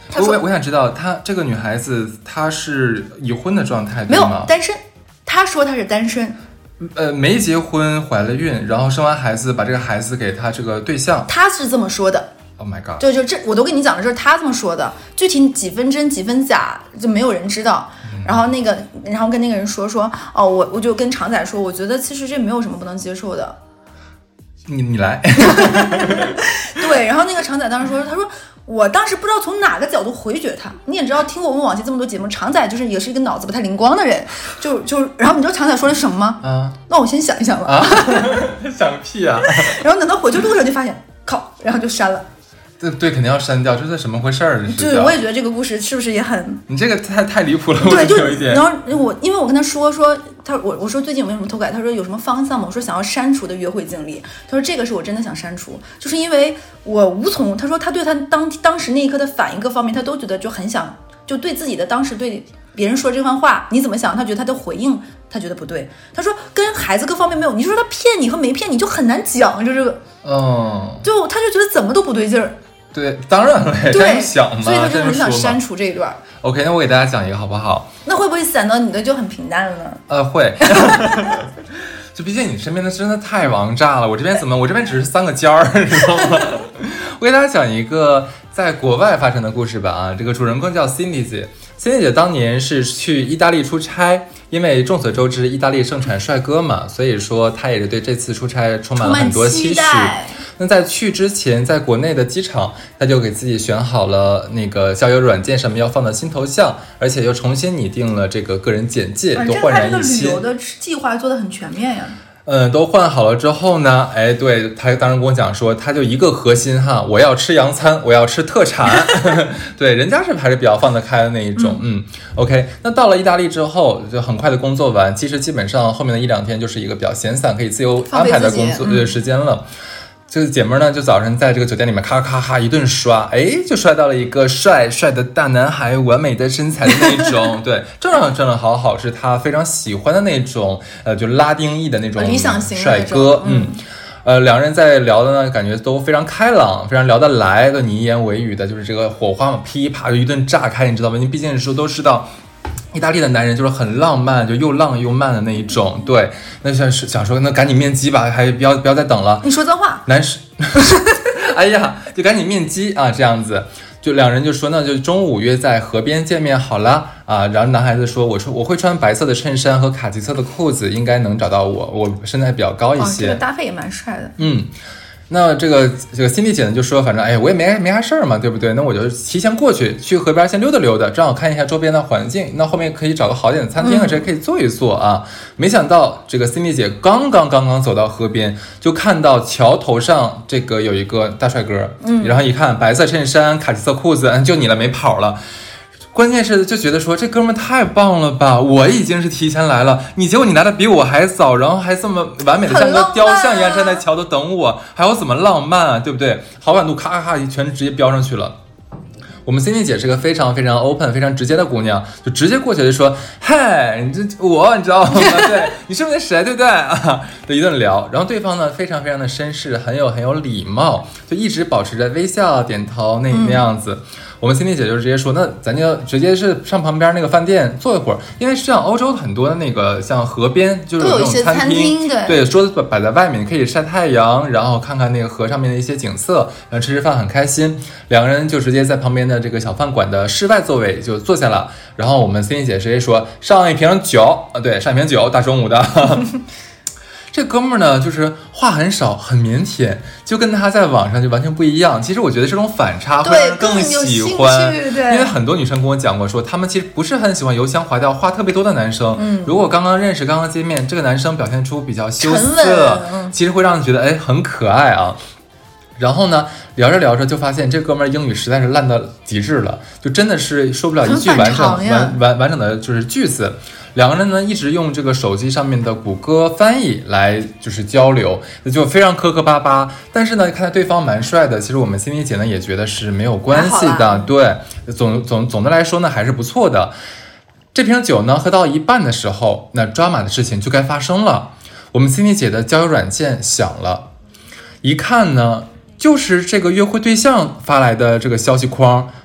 他说我我想知道，她这个女孩子她是已婚的状态没有对吗？ 单身，他说他是单身， 呃，没结婚，怀了孕，然后生完孩子，把这个孩子给她这个对象。 他是这么说的。 Oh my god！ 对，就这我都跟你讲了，这是他这么说的，具体几分真几分假就没有人知道。嗯、然后那个，然后跟那个人说说，哦，我我就跟常仔说，我觉得其实这没有什么不能接受的。 你你来。 对，然后那个常仔当时说，他说我当时不知道从哪个角度回绝他。你也知道，听过我们往期这么多节目，常仔就是也是一个脑子不太灵光的人，就就然后你知道常仔说了什么吗？ 啊， 那我先想一想吧。 啊，想个屁啊！ 然后等到回去路上就发现，靠，然后就删了。 对对，肯定要删掉，这是怎么回事儿？ 对，我也觉得这个故事是不是也很…… 你这个太太离谱了， 对，就有一点。 然后我因为我跟他说说他我我说最近有没有什么偷改，他说有什么方向吗？我说想要删除的约会经历，他说这个是我真的想删除，就是因为我无从，他说他对他当当时那一刻的反应各方面，他都觉得就很想，就对自己的当时对别人说这番话你怎么想？他觉得他的回应他觉得不对，他说跟孩子各方面没有，你说他骗你和没骗你就很难讲，就这个， 嗯， 就他就觉得怎么都不对劲儿。 对，当然了，这样想嘛， 所以他就很想删除这一段。 OK， 那我给大家讲一个好不好？ 那会不会显得你的就很平淡了呢？ 呃，会。就毕竟你身边的真的太王炸了，我这边怎么？我这边只是三个尖儿，你知道吗？我给大家讲一个在国外发生的故事吧。啊，这个主人公叫 Cindy 姐。Cindy 姐当年是去意大利出差，因为众所周知，意大利盛产帅哥嘛，所以说她也是对这次出差充满了很多期许。那在去之前，在国内的机场，他就给自己选好了那个交友软件上面要放的新头像，而且又重新拟定了这个个人简介，都焕然一新。 这个旅游的计划做得很全面呀。 嗯，都换好了之后呢，哎，对，他当时跟我讲说，他就一个核心哈，我要吃洋餐，我要吃特产。对，人家是还是比较放得开的那一种。嗯, 嗯 ，OK。那到了意大利之后，就很快的工作完，其实基本上后面的一两天就是一个比较闲散，可以自由安排的工作呃、嗯、时间了。这个姐妹呢，就早上在这个酒店里面咔咔咔一顿刷，哎，就刷到了一个帅帅的大男孩，完美的身材的那种，对，正正正好好是他非常喜欢的那种，呃，就拉丁裔的那种理想型帅哥，嗯，呃，两人在聊的呢，感觉都非常开朗，非常聊得来，都你一言我一语的，就是这个火花嘛，噼啪就一顿炸开，你知道吗？你毕竟说都知道。意大利的男人就是很浪漫，就又浪又慢的那一种，对。那想想说，那赶紧面基吧，还不要不要再等了。 你说脏话， 男士，哎呀，就赶紧面基啊，这样子。就两人就说那就中午约在河边见面好了啊。然后男孩子说，我说我会穿白色的衬衫和卡其色的裤子，应该能找到我，我身材比较高一些。 哦，这个搭配也蛮帅的。 嗯。那这个这个 Cindy 姐呢就说，反正哎我也没没啥事儿嘛，对不对？那我就提前过去，去河边先溜达溜达，正好看一下周边的环境。那后面可以找个好点的餐厅啊，这可以坐一坐啊。没想到这个 Cindy 姐刚刚刚刚走到河边，就看到桥头上这个有一个大帅哥，嗯，然后一看白色衬衫、卡其色裤子，嗯，就你了，没跑了。关键是就觉得说这哥们太棒了吧，我已经是提前来了，你结果你来的比我还早，然后还这么完美的像个雕像一样站在桥头等我，还有怎么浪漫啊，对不对？好感度咔咔咔全直接飙上去了。我们 Cindy 姐是个非常非常 open 非常直接的姑娘，就直接过去就说，嗨，你这我你知道吗？对，你是不是那谁对不对啊？就一顿聊，然后对方呢非常非常的绅士，很有很有礼貌，就一直保持着微笑点头那那样子。嗯，我们 Cindy 姐就直接说，那咱就直接是上旁边那个饭店坐一会儿，因为像欧洲很多的那个像河边就是有这种餐厅， 对对，桌子摆在外面，可以晒太阳，然后看看那个河上面的一些景色，然后吃吃饭很开心。两个人就直接在旁边的这个小饭馆的室外座位就坐下了，然后我们 Cindy 姐直接说上一瓶酒啊，对，上一瓶酒，大中午的。这哥们儿呢，就是话很少，很腼腆，就跟他在网上就完全不一样。其实我觉得这种反差会让人更喜欢，因为很多女生跟我讲过说，她们其实不是很喜欢油腔滑调、话特别多的男生。嗯，如果刚刚认识、刚刚见面，这个男生表现出比较羞涩，嗯，其实会让人觉得哎很可爱啊。然后呢，聊着聊着就发现这哥们儿英语实在是烂到极致了，就真的是说不了一句完整完完完整的就是句子。两个人呢一直用这个手机上面的谷歌翻译来就是交流，就非常磕磕巴巴。但是呢，看到对方蛮帅的，其实我们 Cindy 姐呢也觉得是没有关系的，对，总总总的来说呢还是不错的。这瓶酒呢喝到一半的时候，那抓马的事情就该发生了。我们 Cindy 姐的交友软件响了，一看呢就是这个约会对象发来的这个消息框，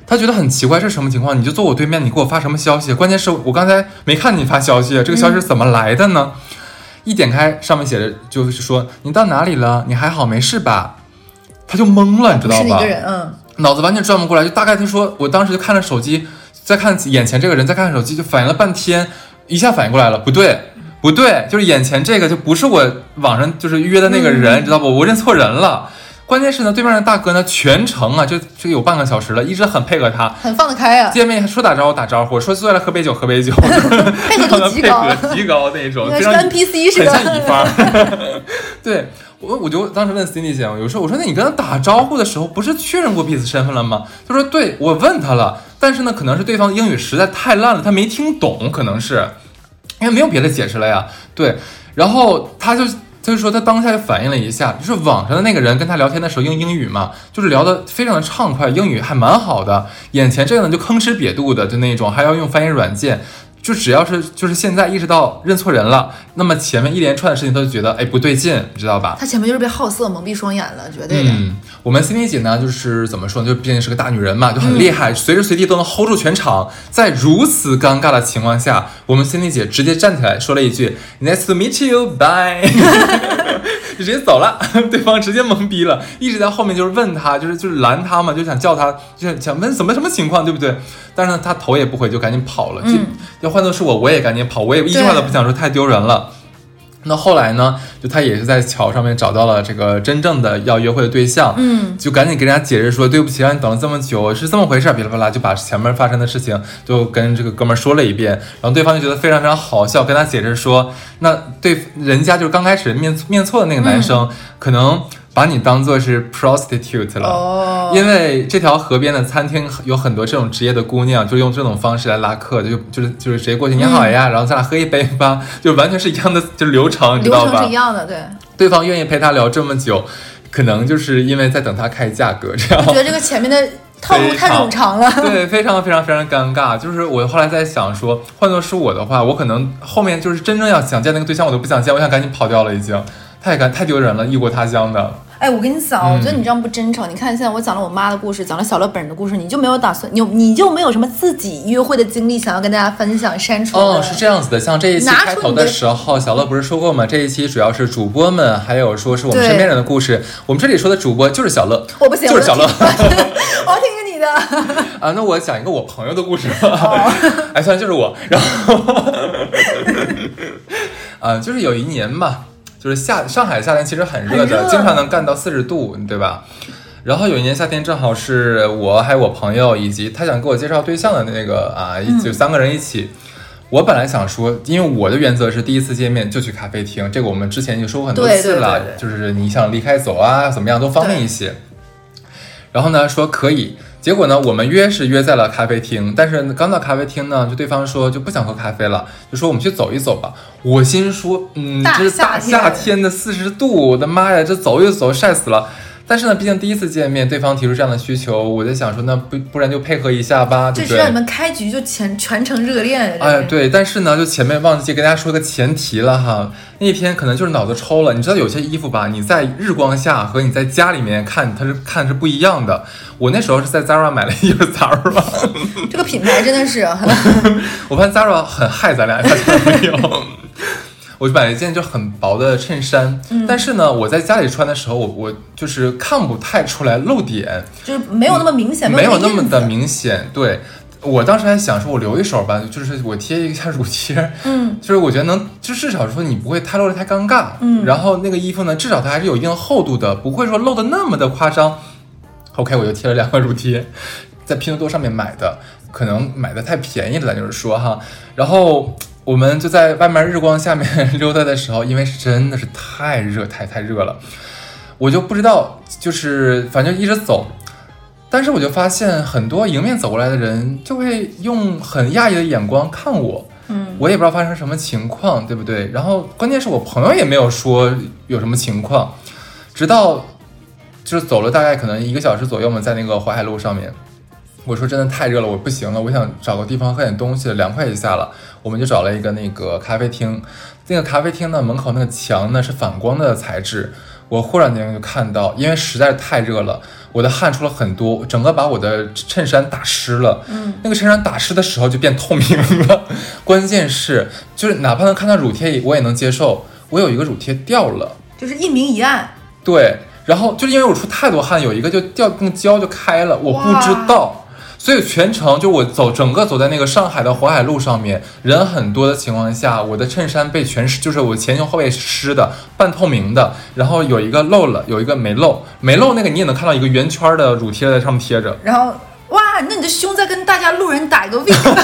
他觉得很奇怪，这是什么情况？你就坐我对面，你给我发什么消息？关键是我刚才没看你发消息，这个消息是怎么来的呢？嗯、一点开上面写着就是说你到哪里了？你还好没事吧？他就懵了，你知道吧？ 是一个人，嗯， 脑子完全转不过来，就大概他说，我当时就看着手机，再看眼前这个人，再看手机，就反应了半天，一下反应过来了，不对。不对，就是眼前这个就不是我网上就是约的那个人，嗯、知道不？我认错人了。关键是呢，对面的大哥呢，全程啊，就就有半个小时了，一直很配合他， 很放得开啊。 见面说打招呼打招呼，说坐下来喝杯酒喝杯酒， 配合度极高， 配合极高那种， 非常 N P C 似的， 很像乙方。对我，我就当时问 Cindy 姐，有时候我说，那你跟他打招呼的时候，不是确认过彼此身份了吗？他说，对，我问他了，但是呢，可能是对方英语实在太烂了，他没听懂，可能是。因为没有别的解释了呀，对，然后他就他就说他当下就反应了一下，就是网上的那个人跟他聊天的时候用英语嘛，就是聊得非常的畅快，英语还蛮好的，眼前这个呢就吭哧瘪肚的，就那种还要用翻译软件，就只要是就是现在意识到认错人了，那么前面一连串的事情都觉得哎不对劲，你知道吧？ 他前面就是被好色蒙蔽双眼了，绝对的。 嗯，我们 Cindy 姐呢，就是怎么说呢，就毕竟是个大女人嘛，就很厉害，嗯、随时随地都能 hold 住全场。在如此尴尬的情况下，我们 Cindy 姐直接站起来说了一句 "Nice to meet you, bye"， 就直接走了，对方直接懵逼了，一直在后面就是问他，就是就是拦他嘛，就想叫他，就想问怎么什么情况，对不对？但是呢，他头也不回就赶紧跑了。嗯，要换作是我，我也赶紧跑，我也一句话都不想说，太丢人了。那后来呢，就他也是在桥上面找到了这个真正的要约会的对象，嗯，就赶紧跟人家解释说，对不起，让你等了这么久，是这么回事，噼里啪啦就把前面发生的事情就跟这个哥们说了一遍，然后对方就觉得非常非常好笑，跟他解释说，那对人家就是刚开始面面错的那个男生，嗯、可能把你当作是 prostitute 了，哦，因为这条河边的餐厅有很多这种职业的姑娘，就用这种方式来拉客，就就是就是直接过去，你好呀，嗯、然后咱俩喝一杯吧，就完全是一样的，就是流程，你知道吧？ 流程是一样的，对。 对方愿意陪他聊这么久，可能就是因为在等他开价格，这样。 我觉得这个前面的套路太冗长了， 对，非常非常非常尴尬。就是我后来在想说，换作是我的话，我可能后面就是真正要想见那个对象，我都不想见，我想赶紧跑掉了，已经太赶太丢人了，异国他乡的。 哎，我跟你讲，我觉得你这样不真诚。嗯、你看现在我讲了我妈的故事，讲了小乐本人的故事，你就没有打算，你你就没有什么自己约会的经历想要跟大家分享删除？ 哦，是这样子的。像这一期开头的时候，小乐不是说过吗？这一期主要是主播们，还有说是我们身边人的故事。我们这里说的主播就是小乐， 我不行， 就是小乐。 我要听听你的啊，那我讲一个我朋友的故事吧。哦、哎，算了，就是我。然后，啊，就是有一年吧。就是夏上海夏天其实很热的，经常能干到四十度，对吧？然后有一年夏天正好是我还有我朋友以及他想给我介绍对象的那个啊，就三个人一起。嗯、我本来想说，因为我的原则是第一次见面就去咖啡厅，这个我们之前就说过很多次了， 对对对对， 就是你想离开走啊怎么样都方便一些。然后呢说可以。结果呢，我们约是约在了咖啡厅，但是刚到咖啡厅呢，就对方说就不想喝咖啡了，就说我们去走一走吧。我心说，嗯，这是大夏天的四十度，我的妈呀，这走一走晒死了。但是呢，毕竟第一次见面，对方提出这样的需求，我在想说，那不不然就配合一下吧，对不对？ 这是让你们开局就全全程热恋。 哎，对，但是呢，就前面忘记跟大家说个前提了哈。那一天可能就是脑子抽了，你知道有些衣服吧，你在日光下和你在家里面看，它是看是不一样的。我那时候是在 Zara 买了一个 Zara， 这个品牌真的是， 我发现 Zara 很害咱俩，大家没有。我就买了一件就很薄的衬衫，嗯、但是呢，我在家里穿的时候，我我就是看不太出来露点， 就是没有那么明显， 没有那么的明显。对，我当时还想说，我留一手吧，就是我贴一下乳贴，嗯，就是我觉得能，就至少说你不会太露得太尴尬，嗯，然后那个衣服呢，至少它还是有一定厚度的，不会说露得那么的夸张。OK， 我就贴了两个乳贴，在拼多多上面买的，可能买的太便宜了，就是说哈，然后。我们就在外面日光下面溜达的时候，因为真的是太热太太热了，我就不知道，就是反正一直走，但是我就发现很多迎面走过来的人就会用很讶异的眼光看我，嗯，我也不知道发生什么情况，对不对？然后关键是我朋友也没有说有什么情况，直到就是走了大概可能一个小时左右嘛，在那个淮海路上面。我说真的太热了，我不行了，我想找个地方喝点东西，凉快一下了。我们就找了一个那个咖啡厅，那个咖啡厅呢门口那个墙呢是反光的材质， 我忽然间就看到，因为实在是太热了，我的汗出了很多，整个把我的衬衫打湿了。嗯，那个衬衫打湿的时候就变透明了。关键是，就是哪怕能看到乳贴，我也能接受。我有一个乳贴掉了， 就是一明一暗。 对，然后就是因为我出太多汗，有一个就掉，那个胶就开了，我不知道。所以全程就我走整个走在那个上海的淮海路上面，人很多的情况下，我的衬衫被全湿，就是我前胸后背湿的，半透明的，然后有一个漏了，有一个没漏，没漏那个你也能看到一个圆圈的乳贴在上面贴着。 然后哇，那你的胸在跟大家路人打一个 wink wink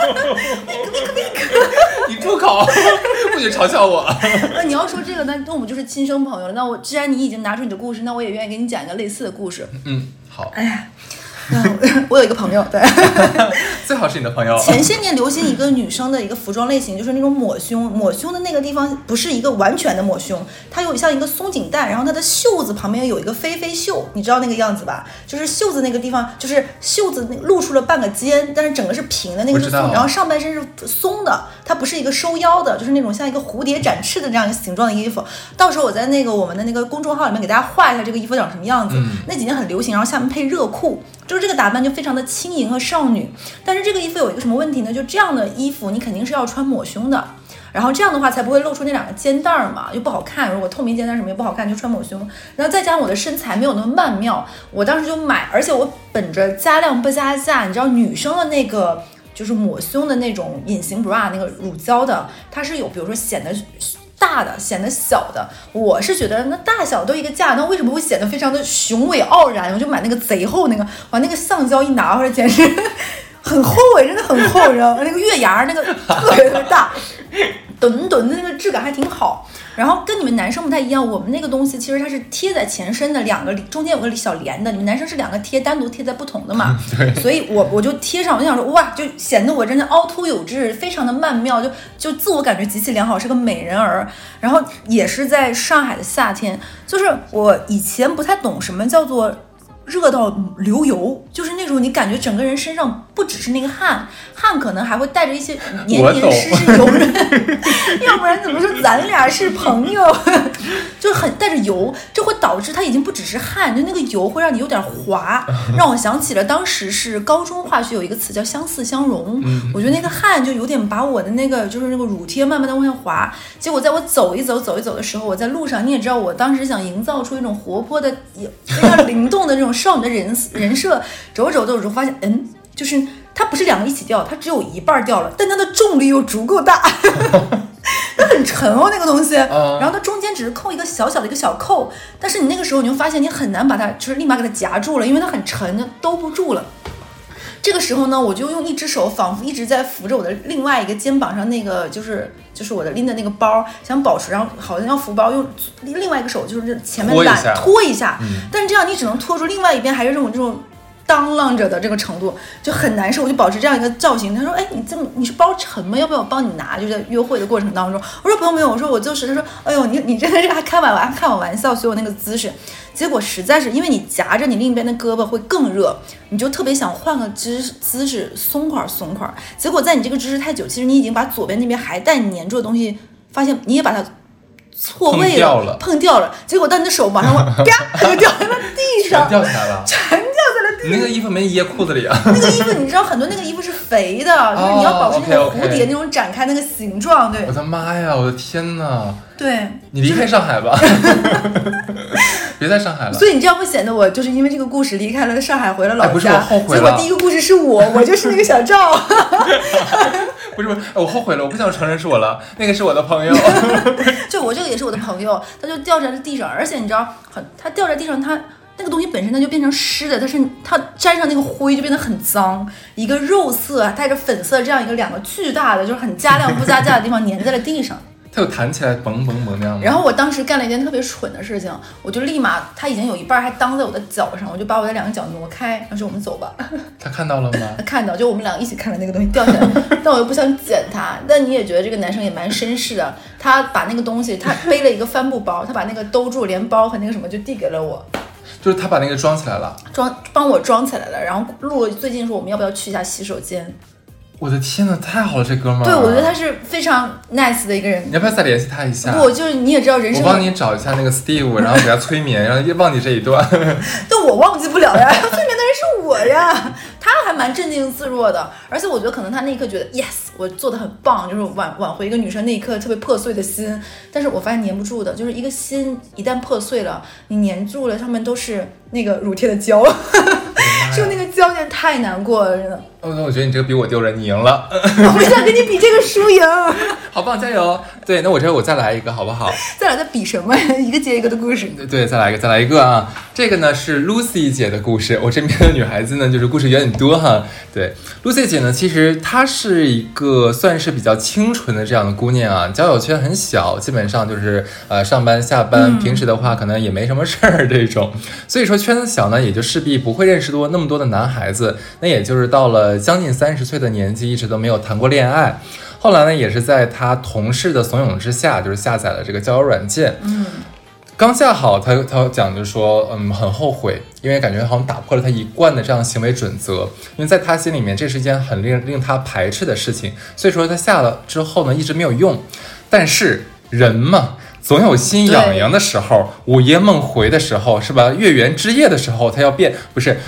wink wink， 你住口，不许嘲笑我。 那你要说这个，那那我们就是亲生朋友了。那我既然你已经拿出你的故事，那我也愿意给你讲一个类似的故事。 嗯，好。 哎呀。我有一个朋友，对， 最好是你的朋友。 前些年流行一个女生的一个服装类型，就是那种抹胸，抹胸的那个地方不是一个完全的抹胸，它有像一个松紧带，然后它的袖子旁边有一个飞飞袖，你知道那个样子吧？就是袖子那个地方，就是袖子露出了半个肩，但是整个是平的，那个是松，然后上半身是松的，它不是一个收腰的，就是那种像一个蝴蝶展翅的这样一个形状的衣服。到时候我在那个我们的那个公众号里面给大家画一下这个衣服长什么样子。嗯、那几年很流行，然后下面配热裤。就是这个打扮就非常的轻盈和少女，但是这个衣服有一个什么问题呢？就这样的衣服你肯定是要穿抹胸的，然后这样的话才不会露出那两个肩带嘛，又不好看。如果透明肩带什么也不好看，就穿抹胸。然后再加上我的身材没有那么曼妙，我当时就买，而且我本着加量不加价，你知道女生的那个就是抹胸的那种隐形 bra 那个乳胶的，它是有比如说显得大的显得小的，我是觉得那大小都一个价，那为什么会显得非常的雄伟傲然？我就买那个贼厚那个，哇，那个橡胶一拿回来简直很厚哎，真的很厚，然后那个月牙那个特别特别大，墩墩的那个质感还挺好。然后跟你们男生不太一样，我们那个东西其实它是贴在前身的，两个中间有个小连的，你们男生是两个贴单独贴在不同的嘛？ 对。 所以我我就贴上，我就想说哇，就显得我真的凹凸有致，非常的曼妙，就就自我感觉极其良好，是个美人儿。然后也是在上海的夏天，就是我以前不太懂什么叫做热到流油，就是那种你感觉整个人身上不只是那个汗，汗可能还会带着一些黏黏湿湿油润，要不然怎么说咱俩是朋友？就很带着油，这会导致它已经不只是汗，就那个油会让你有点滑，让我想起了当时是高中化学有一个词叫相似相融，嗯、我觉得那个汗就有点把我的那个就是那个乳贴慢慢的往下滑，结果在我走一走走一走的时候，我在路上，你也知道我当时想营造出一种活泼的非常灵动的这种少女的人人设，走着走着我发现嗯就是它不是两个一起掉，它只有一半掉了，但它的重力又足够大它很沉哦那个东西，然后它中间只是扣一个小小的一个小扣，但是你那个时候你就发现你很难把它就是立马给它夹住了，因为它很沉，就兜不住了。这个时候呢，我就用一只手仿佛一直在扶着我的另外一个肩膀上那个就是就是我的拎的那个包，想保持，然后好像要扶包，用另外一个手就是前面揽拖一下，嗯、但是这样你只能拖住另外一边，还是这种这种当啷着的这个程度，就很难受。我就保持这样一个造型。他说：“哎，你这么你是包沉吗？要不要我帮你拿？”就在约会的过程当中，我说：“不用不用。”我说：“我就是。”他说：“哎呦，你你真的是还开玩开我玩笑，所以我那个姿势。”结果实在是因为你夹着你另一边的胳膊会更热，你就特别想换个姿姿势松快松快。结果在你这个姿势太久，其实你已经把左边那边还带你粘住的东西，发现你也把它错位了，碰掉了，碰掉了。结果当你的手往上往，啪，就掉在了地上， 全掉下来了， 全掉在了地上。 你那个衣服没掖裤子里啊？ 那个衣服你知道，很多那个衣服是肥的，就是你要保持那个蝴蝶那种展开那个形状。对， 我的妈呀，我的天哪！ 对， 你离开上海吧。别在上海了， 所以你这样会显得我就是因为这个故事离开了上海，回了老家。 哎、不是我后悔了， 结果第一个故事是我，我就是那个小赵。 不是不是，我后悔了，我不想承认是我了，那个是我的朋友。 就我这个也是我的朋友，他就掉在了地上，而且你知道，很他掉在地上，他那个东西本身它就变成湿的，但是它沾上那个灰就变得很脏，一个肉色带着粉色这样一个两个巨大的，就是很加量不加价的地方粘在了地上。 它有弹起来嘣嘣嘣那样吗？ 然后我当时干了一件特别蠢的事情，我就立马，它已经有一半还当在我的脚上，我就把我的两个脚挪开，然后说我们走吧。 他看到了吗？ 他看到，就我们两个一起看着那个东西掉下来，但我又不想捡它。但你也觉得这个男生也蛮绅士的，他把那个东西，他背了一个帆布包，他把那个兜住，连包和那个什么就递给了我。 就是他把那个装起来了， 装帮我装起来了。然后录了最近说我们要不要去一下洗手间。 我的天哪，太好了，这哥们儿！ 对，我觉得他是非常 nice 的一个人。 你要不要再联系他一下？ 不，就是你也知道人生。 我帮你找一下那个 Steve， 然后给他催眠，然后忘记这一段。 但我忘记不了呀，催眠的人是我呀。他还蛮镇定自若的，而且我觉得可能他那一刻觉得 yes， 我做的很棒，就是挽挽回一个女生那一刻特别破碎的心。但是我发现粘不住的，就是一个心一旦破碎了，你粘住了，上面都是那个乳贴的胶，就那个胶点太难过了，真的。 哦，那我觉得你这个比我丢人，你赢了。 我想跟你比这个输赢。 好棒，加油！对，那我这我再来一个好不好？ 再来再比什么？一个接一个的故事。 对对，再来一个，再来一个啊！这个呢是 Lucy 姐的故事。我这边的女孩子呢，就是故事有点多哈。对 ，Lucy 姐呢，其实她是一个算是比较清纯的这样的姑娘啊，交友圈很小，基本上就是呃上班下班，嗯、平时的话可能也没什么事儿这种。所以说圈子小呢，也就势必不会认识多那么多的男孩子。那也就是到了将近三十岁的年纪，一直都没有谈过恋爱。后来呢，也是在他同事的怂恿之下，就是下载了这个交友软件。嗯，刚下好，他他讲就说，嗯，很后悔，因为感觉好像打破了他一贯的这样行为准则。因为在他心里面，这是一件很令令他排斥的事情，所以说他下了之后呢，一直没有用。但是人嘛，总有心痒痒的时候，午夜梦回的时候，是吧？月圆之夜的时候，他要变，不是。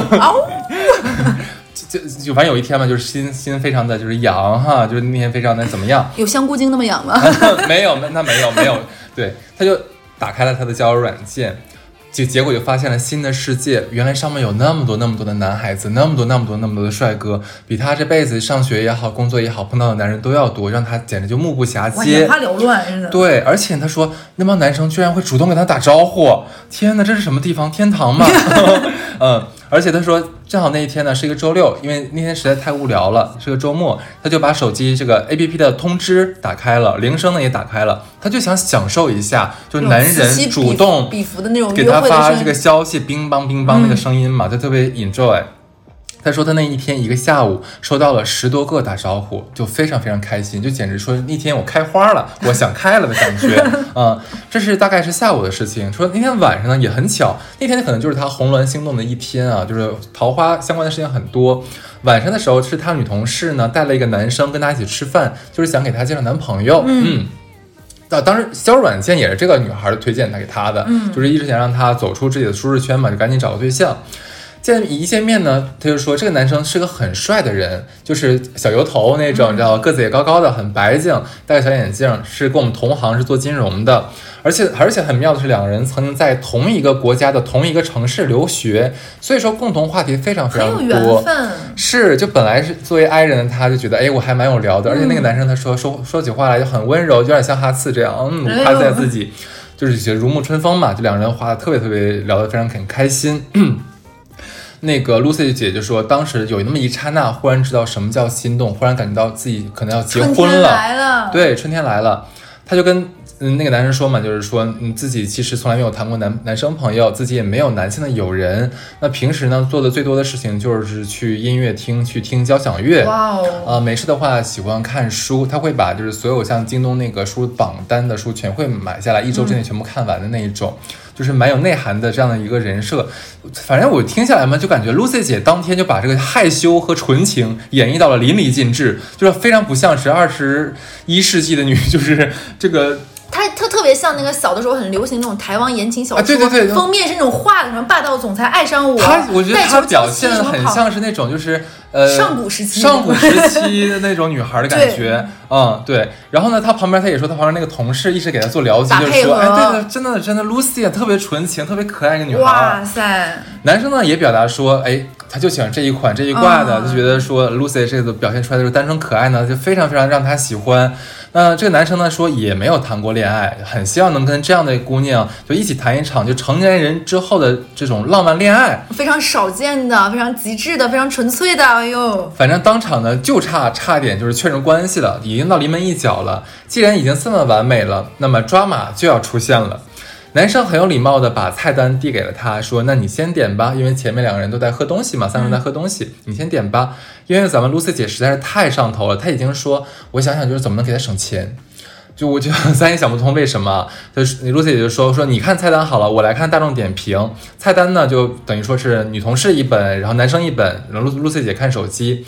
就就反正有一天嘛，就是心心非常的就是痒哈，就是那天非常的怎么样？ 有香菇精那么痒吗？ 没有，那没有没有。对，他就打开了他的交友软件，结结果就发现了新的世界。原来上面有那么多那么多的男孩子，那么多那么多那么多的帅哥，比他这辈子上学也好，工作也好，碰到的男人都要多，让他简直就目不暇接， 眼花缭乱，真的。 对，而且他说那帮男生居然会主动跟他打招呼，天哪，这是什么地方？天堂吗？嗯。而且他说正好那一天呢是一个周六，因为那天实在太无聊了，是个周末，他就把手机这个 A P P 的通知打开了，铃声呢也打开了，他就想享受一下，就是男人主动给他发这个消息，乒乓乒乓那个声音嘛，他特别 enjoy。他说他那一天一个下午收到了十多个打招呼，就非常非常开心，就简直说那天我开花了，我想开了的感觉啊、嗯！这是大概是下午的事情。说那天晚上呢也很巧，那天可能就是他红鸾心动的一天啊，就是桃花相关的事情很多。晚上的时候是他女同事呢带了一个男生跟他一起吃饭，就是想给他介绍男朋友。嗯。嗯当时交友软件也是这个女孩推荐他给他的，嗯，就是一直想让他走出自己的舒适圈嘛，就赶紧找个对象。见一见面呢，他就说这个男生是个很帅的人，就是小油头那种，你知道，个子也高高的，很白净，戴个小眼镜，是跟我们同行，是做金融的，而且而且很妙的是，两个人曾经在同一个国家的同一个城市留学，所以说共同话题非常非常多， 很有缘分。 是，就本来是作为 I 人的他就觉得，哎，我还蛮有聊的，而且那个男生他说说说起话来就很温柔，有点像哈次这样，嗯，夸赞自己，就是觉得如沐春风嘛，就两人话特别特别聊得非常很开心。那个 Lucy 姐就说，当时有那么一刹那，忽然知道什么叫心动，忽然感觉到自己可能要结婚了。春天来了， 对，春天来了。他就跟嗯那个男生说嘛，就是说嗯自己其实从来没有谈过男男生朋友，自己也没有男性的友人。那平时呢做的最多的事情就是去音乐厅去听交响乐。 哇哦。 呃，没事的话喜欢看书，他会把就是所有像京东那个书榜单的书全会买下来，一周之内全部看完的那一种。嗯，就是蛮有内涵的这样的一个人设，反正我听下来嘛，就感觉 Lucy 姐当天就把这个害羞和纯情演绎到了淋漓尽致，就是非常不像是二十一世纪的女，就是这个。 他他特别像那个小的时候很流行那种台湾言情小说， 啊、对对对， 封面是那种画的什么霸道总裁爱上我， 他我觉得他表现很像是那种就是呃上古时期上古时期的那种女孩的感觉，嗯对。然后呢，他旁边他也说他旁边那个同事一直给他做了解，就是说哎对对，真的真的 Lucy 特别纯情，特别可爱一个女孩。 哇塞！ 男生呢也表达说，哎。他就喜欢这一款这一挂的，就觉得说 Lucy 这个表现出来的就是单纯可爱呢，就非常非常让他喜欢。那这个男生呢说也没有谈过恋爱，很希望能跟这样的姑娘就一起谈一场就成年人之后的这种浪漫恋爱， 非常少见的，非常极致的，非常纯粹的。哎呦， 反正当场呢就差差点就是确认关系了，已经到临门一脚了。既然已经这么完美了，那么抓马就要出现了。男生很有礼貌的把菜单递给了他，说那你先点吧，因为前面两个人都在喝东西嘛，三个人在喝东西，你先点吧。因为咱们 Lucy 姐实在是太上头了，她已经说我想想就是怎么能给她省钱，就我觉得咱也想不通为什么。就是 Lucy 姐就说说你看菜单好了，我来看大众点评。菜单呢就等于说是女同事一本，然后男生一本，然后 Lucy 姐看手机。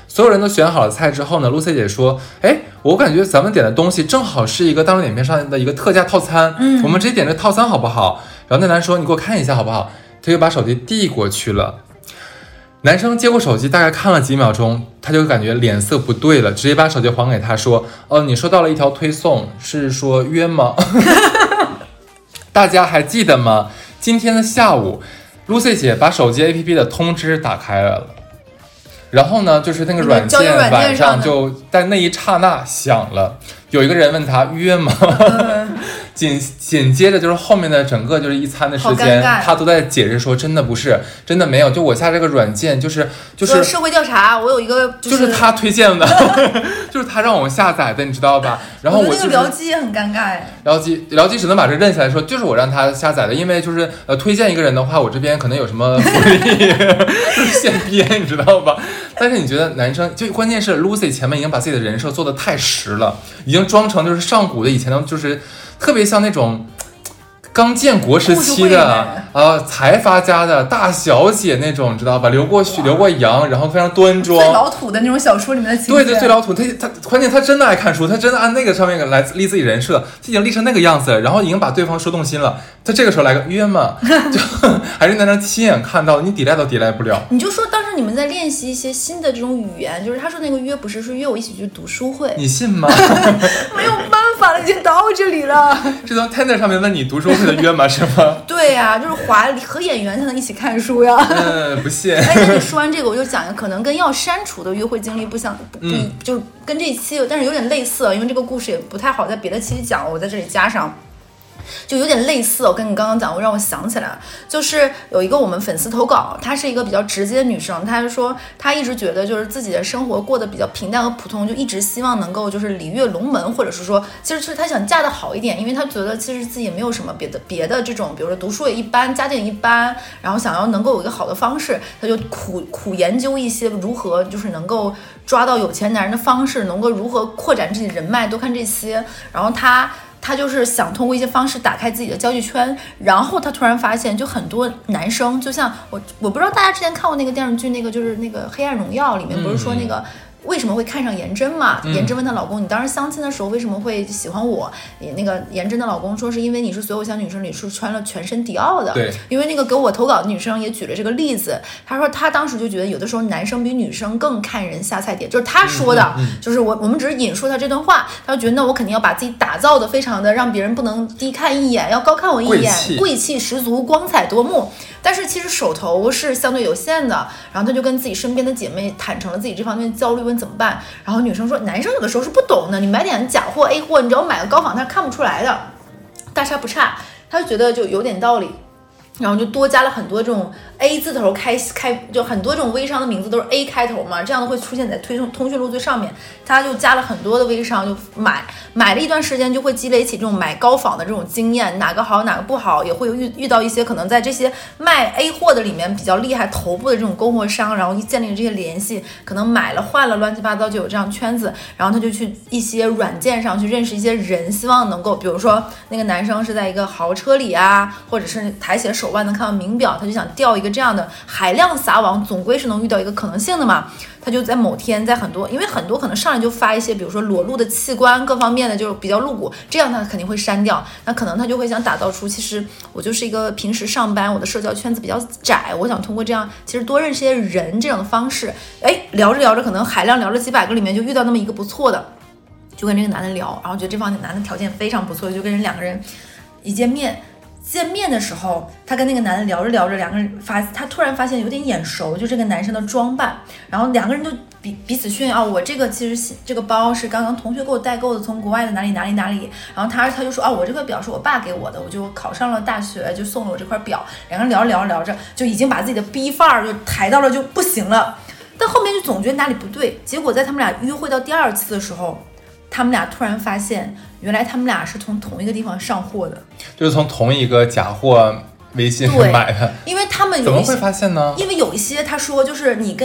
所有人都选好了菜之后呢，露西姐说，哎，我感觉咱们点的东西正好是一个大众点评上的一个特价套餐，嗯，我们直接点这个套餐好不好？然后那男说，你给我看一下好不好？他就把手机递过去了。男生接过手机，大概看了几秒钟，他就感觉脸色不对了，直接把手机还给他，说，哦，你收到了一条推送，是说约吗？大家还记得吗？今天的下午Lucy 姐把手机 A P P 的通知打开了，然后呢，就是那个软件晚上就在那一刹那响了。有一个人问他约吗？紧紧接着就是后面的整个就是一餐的时间，他都在解释说真的不是，真的没有，就我下这个软件就是就是社会调查，我有一个、 就是、就是他推荐的，就是他让我们下载的，你知道吧？然后我、就是、 那个僚机也很尴尬哎， 僚机僚机只能把这认下来说，就是我让他下载的，因为就是呃推荐一个人的话，我这边可能有什么福利，就是现编，你知道吧？但是你觉得男生就关键是 Lucy 前面已经把自己的人设做得太实了，已经装成就是上古的以前的，就是特别像那种刚建国时期的啊财阀家的大小姐那种，你知道吧？留过学留过洋，然后非常端庄， 最老土的那种小说里面的情节。 对对，最老土。他他关键他真的爱看书，他真的按那个上面来立自己人设，他已经立成那个样子，然后已经把对方说动心了。他这个时候来个约嘛，就还是那张亲眼看到，你抵赖都抵赖不了。 你就说当时你们在练习一些新的这种语言，就是他说那个约不是说约我一起去读书会， 你信吗？ 没有办法了，已经到这里了。 这从 Tinder 上面问你读书会的约吗？是吗？ 对呀、啊，就是华和演员才能一起看书呀。 嗯，不信。 哎，那你说完这个，我就讲一个可能跟要删除的约会经历不相不、嗯、就是跟这一期，但是有点类似，因为这个故事也不太好在别的期讲，我在这里加上。就有点类似，我跟你刚刚讲，我让我想起来，就是有一个我们粉丝投稿，她是一个比较直接的女生，她就说她一直觉得就是自己的生活过得比较平淡和普通，就一直希望能够就是礼乐龙门，或者是说其实是她想嫁得好一点，因为她觉得其实自己也没有什么别的别的这种，比如说读书也一般，家境也一般，然后想要能够有一个好的方式，她就苦苦研究一些如何就是能够抓到有钱男人的方式，能够如何扩展自己的人脉，多看这些，然后她。他就是想通过一些方式打开自己的交际圈，然后他突然发现，就很多男生，就像我，我不知道大家之前看过那个电视剧，那个就是那个《黑暗荣耀》里面不是说那个。嗯为什么会看上颜真嘛？颜真问她老公：“你当时相亲的时候为什么会喜欢我？”也那个颜真的老公说：“是因为你是所有小女生里是穿了全身迪奥的。” 对， 因为那个给我投稿的女生也举了这个例子，她说她当时就觉得有的时候男生比女生更看人下菜碟，就是她说的，嗯嗯嗯、就是我我们只是引述她这段话，她就觉得那我肯定要把自己打造的非常的让别人不能低看一眼，要高看我一眼，贵气十足，光彩夺目。但是其实手头是相对有限的，然后他就跟自己身边的姐妹坦诚了自己这方面焦虑，问怎么办。然后女生说，男生有的时候是不懂的，你买点假货 A 货，你只要买个高仿他看不出来的，大差不差。他就觉得就有点道理，然后就多加了很多这种 A 字头开开，就很多这种微商的名字都是 A 开头嘛，这样的会出现在推送通讯录最上面。他就加了很多的微商，就买买了一段时间，就会积累起这种买高仿的这种经验，哪个好哪个不好，也会有遇遇到一些可能在这些卖 A 货的里面比较厉害头部的这种供货商，然后建立了这些联系，可能买了换了乱七八糟就有这样圈子，然后他就去一些软件上去认识一些人，希望能够比如说那个男生是在一个豪车里啊，或者是抬起了手腕能看到名表，他就想钓一个这样的海量撒网，总归是能遇到一个可能性的嘛。他就在某天在很多因为很多可能上来就发一些比如说裸露的器官各方面的就是比较露骨，这样他肯定会删掉，那可能他就会想打造出其实我就是一个平时上班我的社交圈子比较窄，我想通过这样其实多认识些人这样的方式，哎，聊着聊着可能海量聊了几百个里面就遇到那么一个不错的，就跟这个男的聊，然后觉得这方面男的条件非常不错，就跟人两个人一见面见面的时候，他跟那个男的聊着聊着，两个人发，他突然发现有点眼熟，就这个男生的装扮，然后两个人就彼彼此炫耀，我这个其实这个包是刚刚同学给我代购的，从国外的哪里哪里哪里，然后他他就说啊，我这块表是我爸给我的，我就考上了大学，就送了我这块表，两个人聊着聊着聊着，就已经把自己的逼范儿就抬到了就不行了，但后面就总觉得哪里不对，结果在他们俩约会到第二次的时候，他们俩突然发现，原来他们俩是从同一个地方上货的， 就是从同一个假货微信上买的。 因为他们有怎么会发现呢？ 因为有一些他说，就是你跟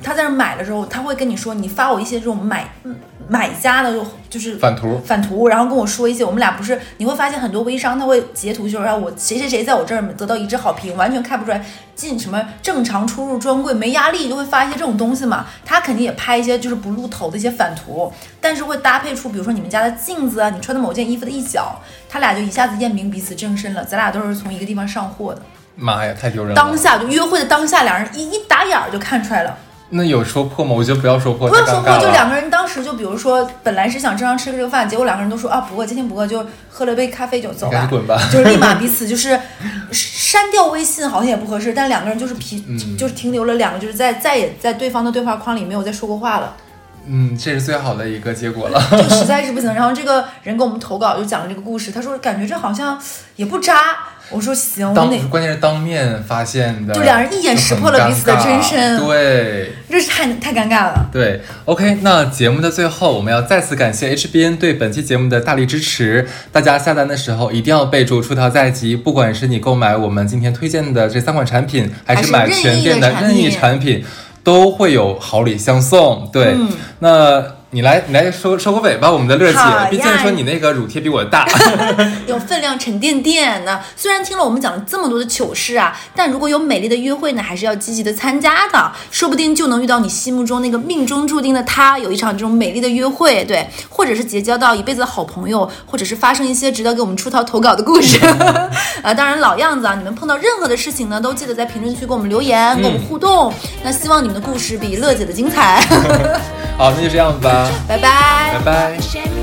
他在那买的时候，他会跟你说，你发我一些这种买买家的，就是反图反图，然后跟我说一些，我们俩不是，你会发现很多微商他会截图说，让我谁谁谁在我这儿得到一致好评，完全看不出来进什么正常出入专柜，没压力，就会发一些这种东西嘛。他肯定也拍一些就是不露头的一些反图，但是会搭配出，比如说你们家的镜子啊，你穿的某件衣服的一角，他俩就一下子验明彼此正身了，咱俩都是从一个地方上货的。 妈呀，太丢人了！ 当下就约会的当下，两人一一打眼儿就看出来了。 那有说破吗？我觉得不要说破， 不要说破，就两个人当时就比如说，本来是想正常吃这个饭，结果两个人都说啊，不过今天不过就喝了杯咖啡就走吧， 滚吧， 就是立马彼此就是删掉微信，好像也不合适，但两个人就是皮、嗯、就是停留了两个，就是在再也在对方的对话框里没有再说过话了。 嗯，这是最好的一个结果了， 就实在是不行。然后这个人给我们投稿就讲了这个故事，他说感觉这好像也不渣。我说行， 当关键是当面发现的， 就两人一眼识破了彼此的真身， 对， 这是太太尴尬了。 对 ，OK， 那节目的最后，我们要再次感谢 H B N 对本期节目的大力支持。大家下单的时候一定要备注出逃在即，不管是你购买我们今天推荐的这三款产品，还是买全店的任意产品，都会有好礼相送。对，嗯、那。你来，你来收收个尾吧，我们的乐姐，毕竟说你那个乳贴比我大， 有分量沉甸甸的。虽然听了我们讲了这么多的糗事啊，但如果有美丽的约会呢，还是要积极的参加的，说不定就能遇到你心目中那个命中注定的他，有一场这种美丽的约会，对，或者是结交到一辈子的好朋友，或者是发生一些值得给我们出逃投稿的故事。啊，当然老样子啊，你们碰到任何的事情呢，都记得在评论区给我们留言，跟我们互动。嗯、那希望你们的故事比乐姐的精彩。 好，那就这样子吧。 拜拜， 拜拜。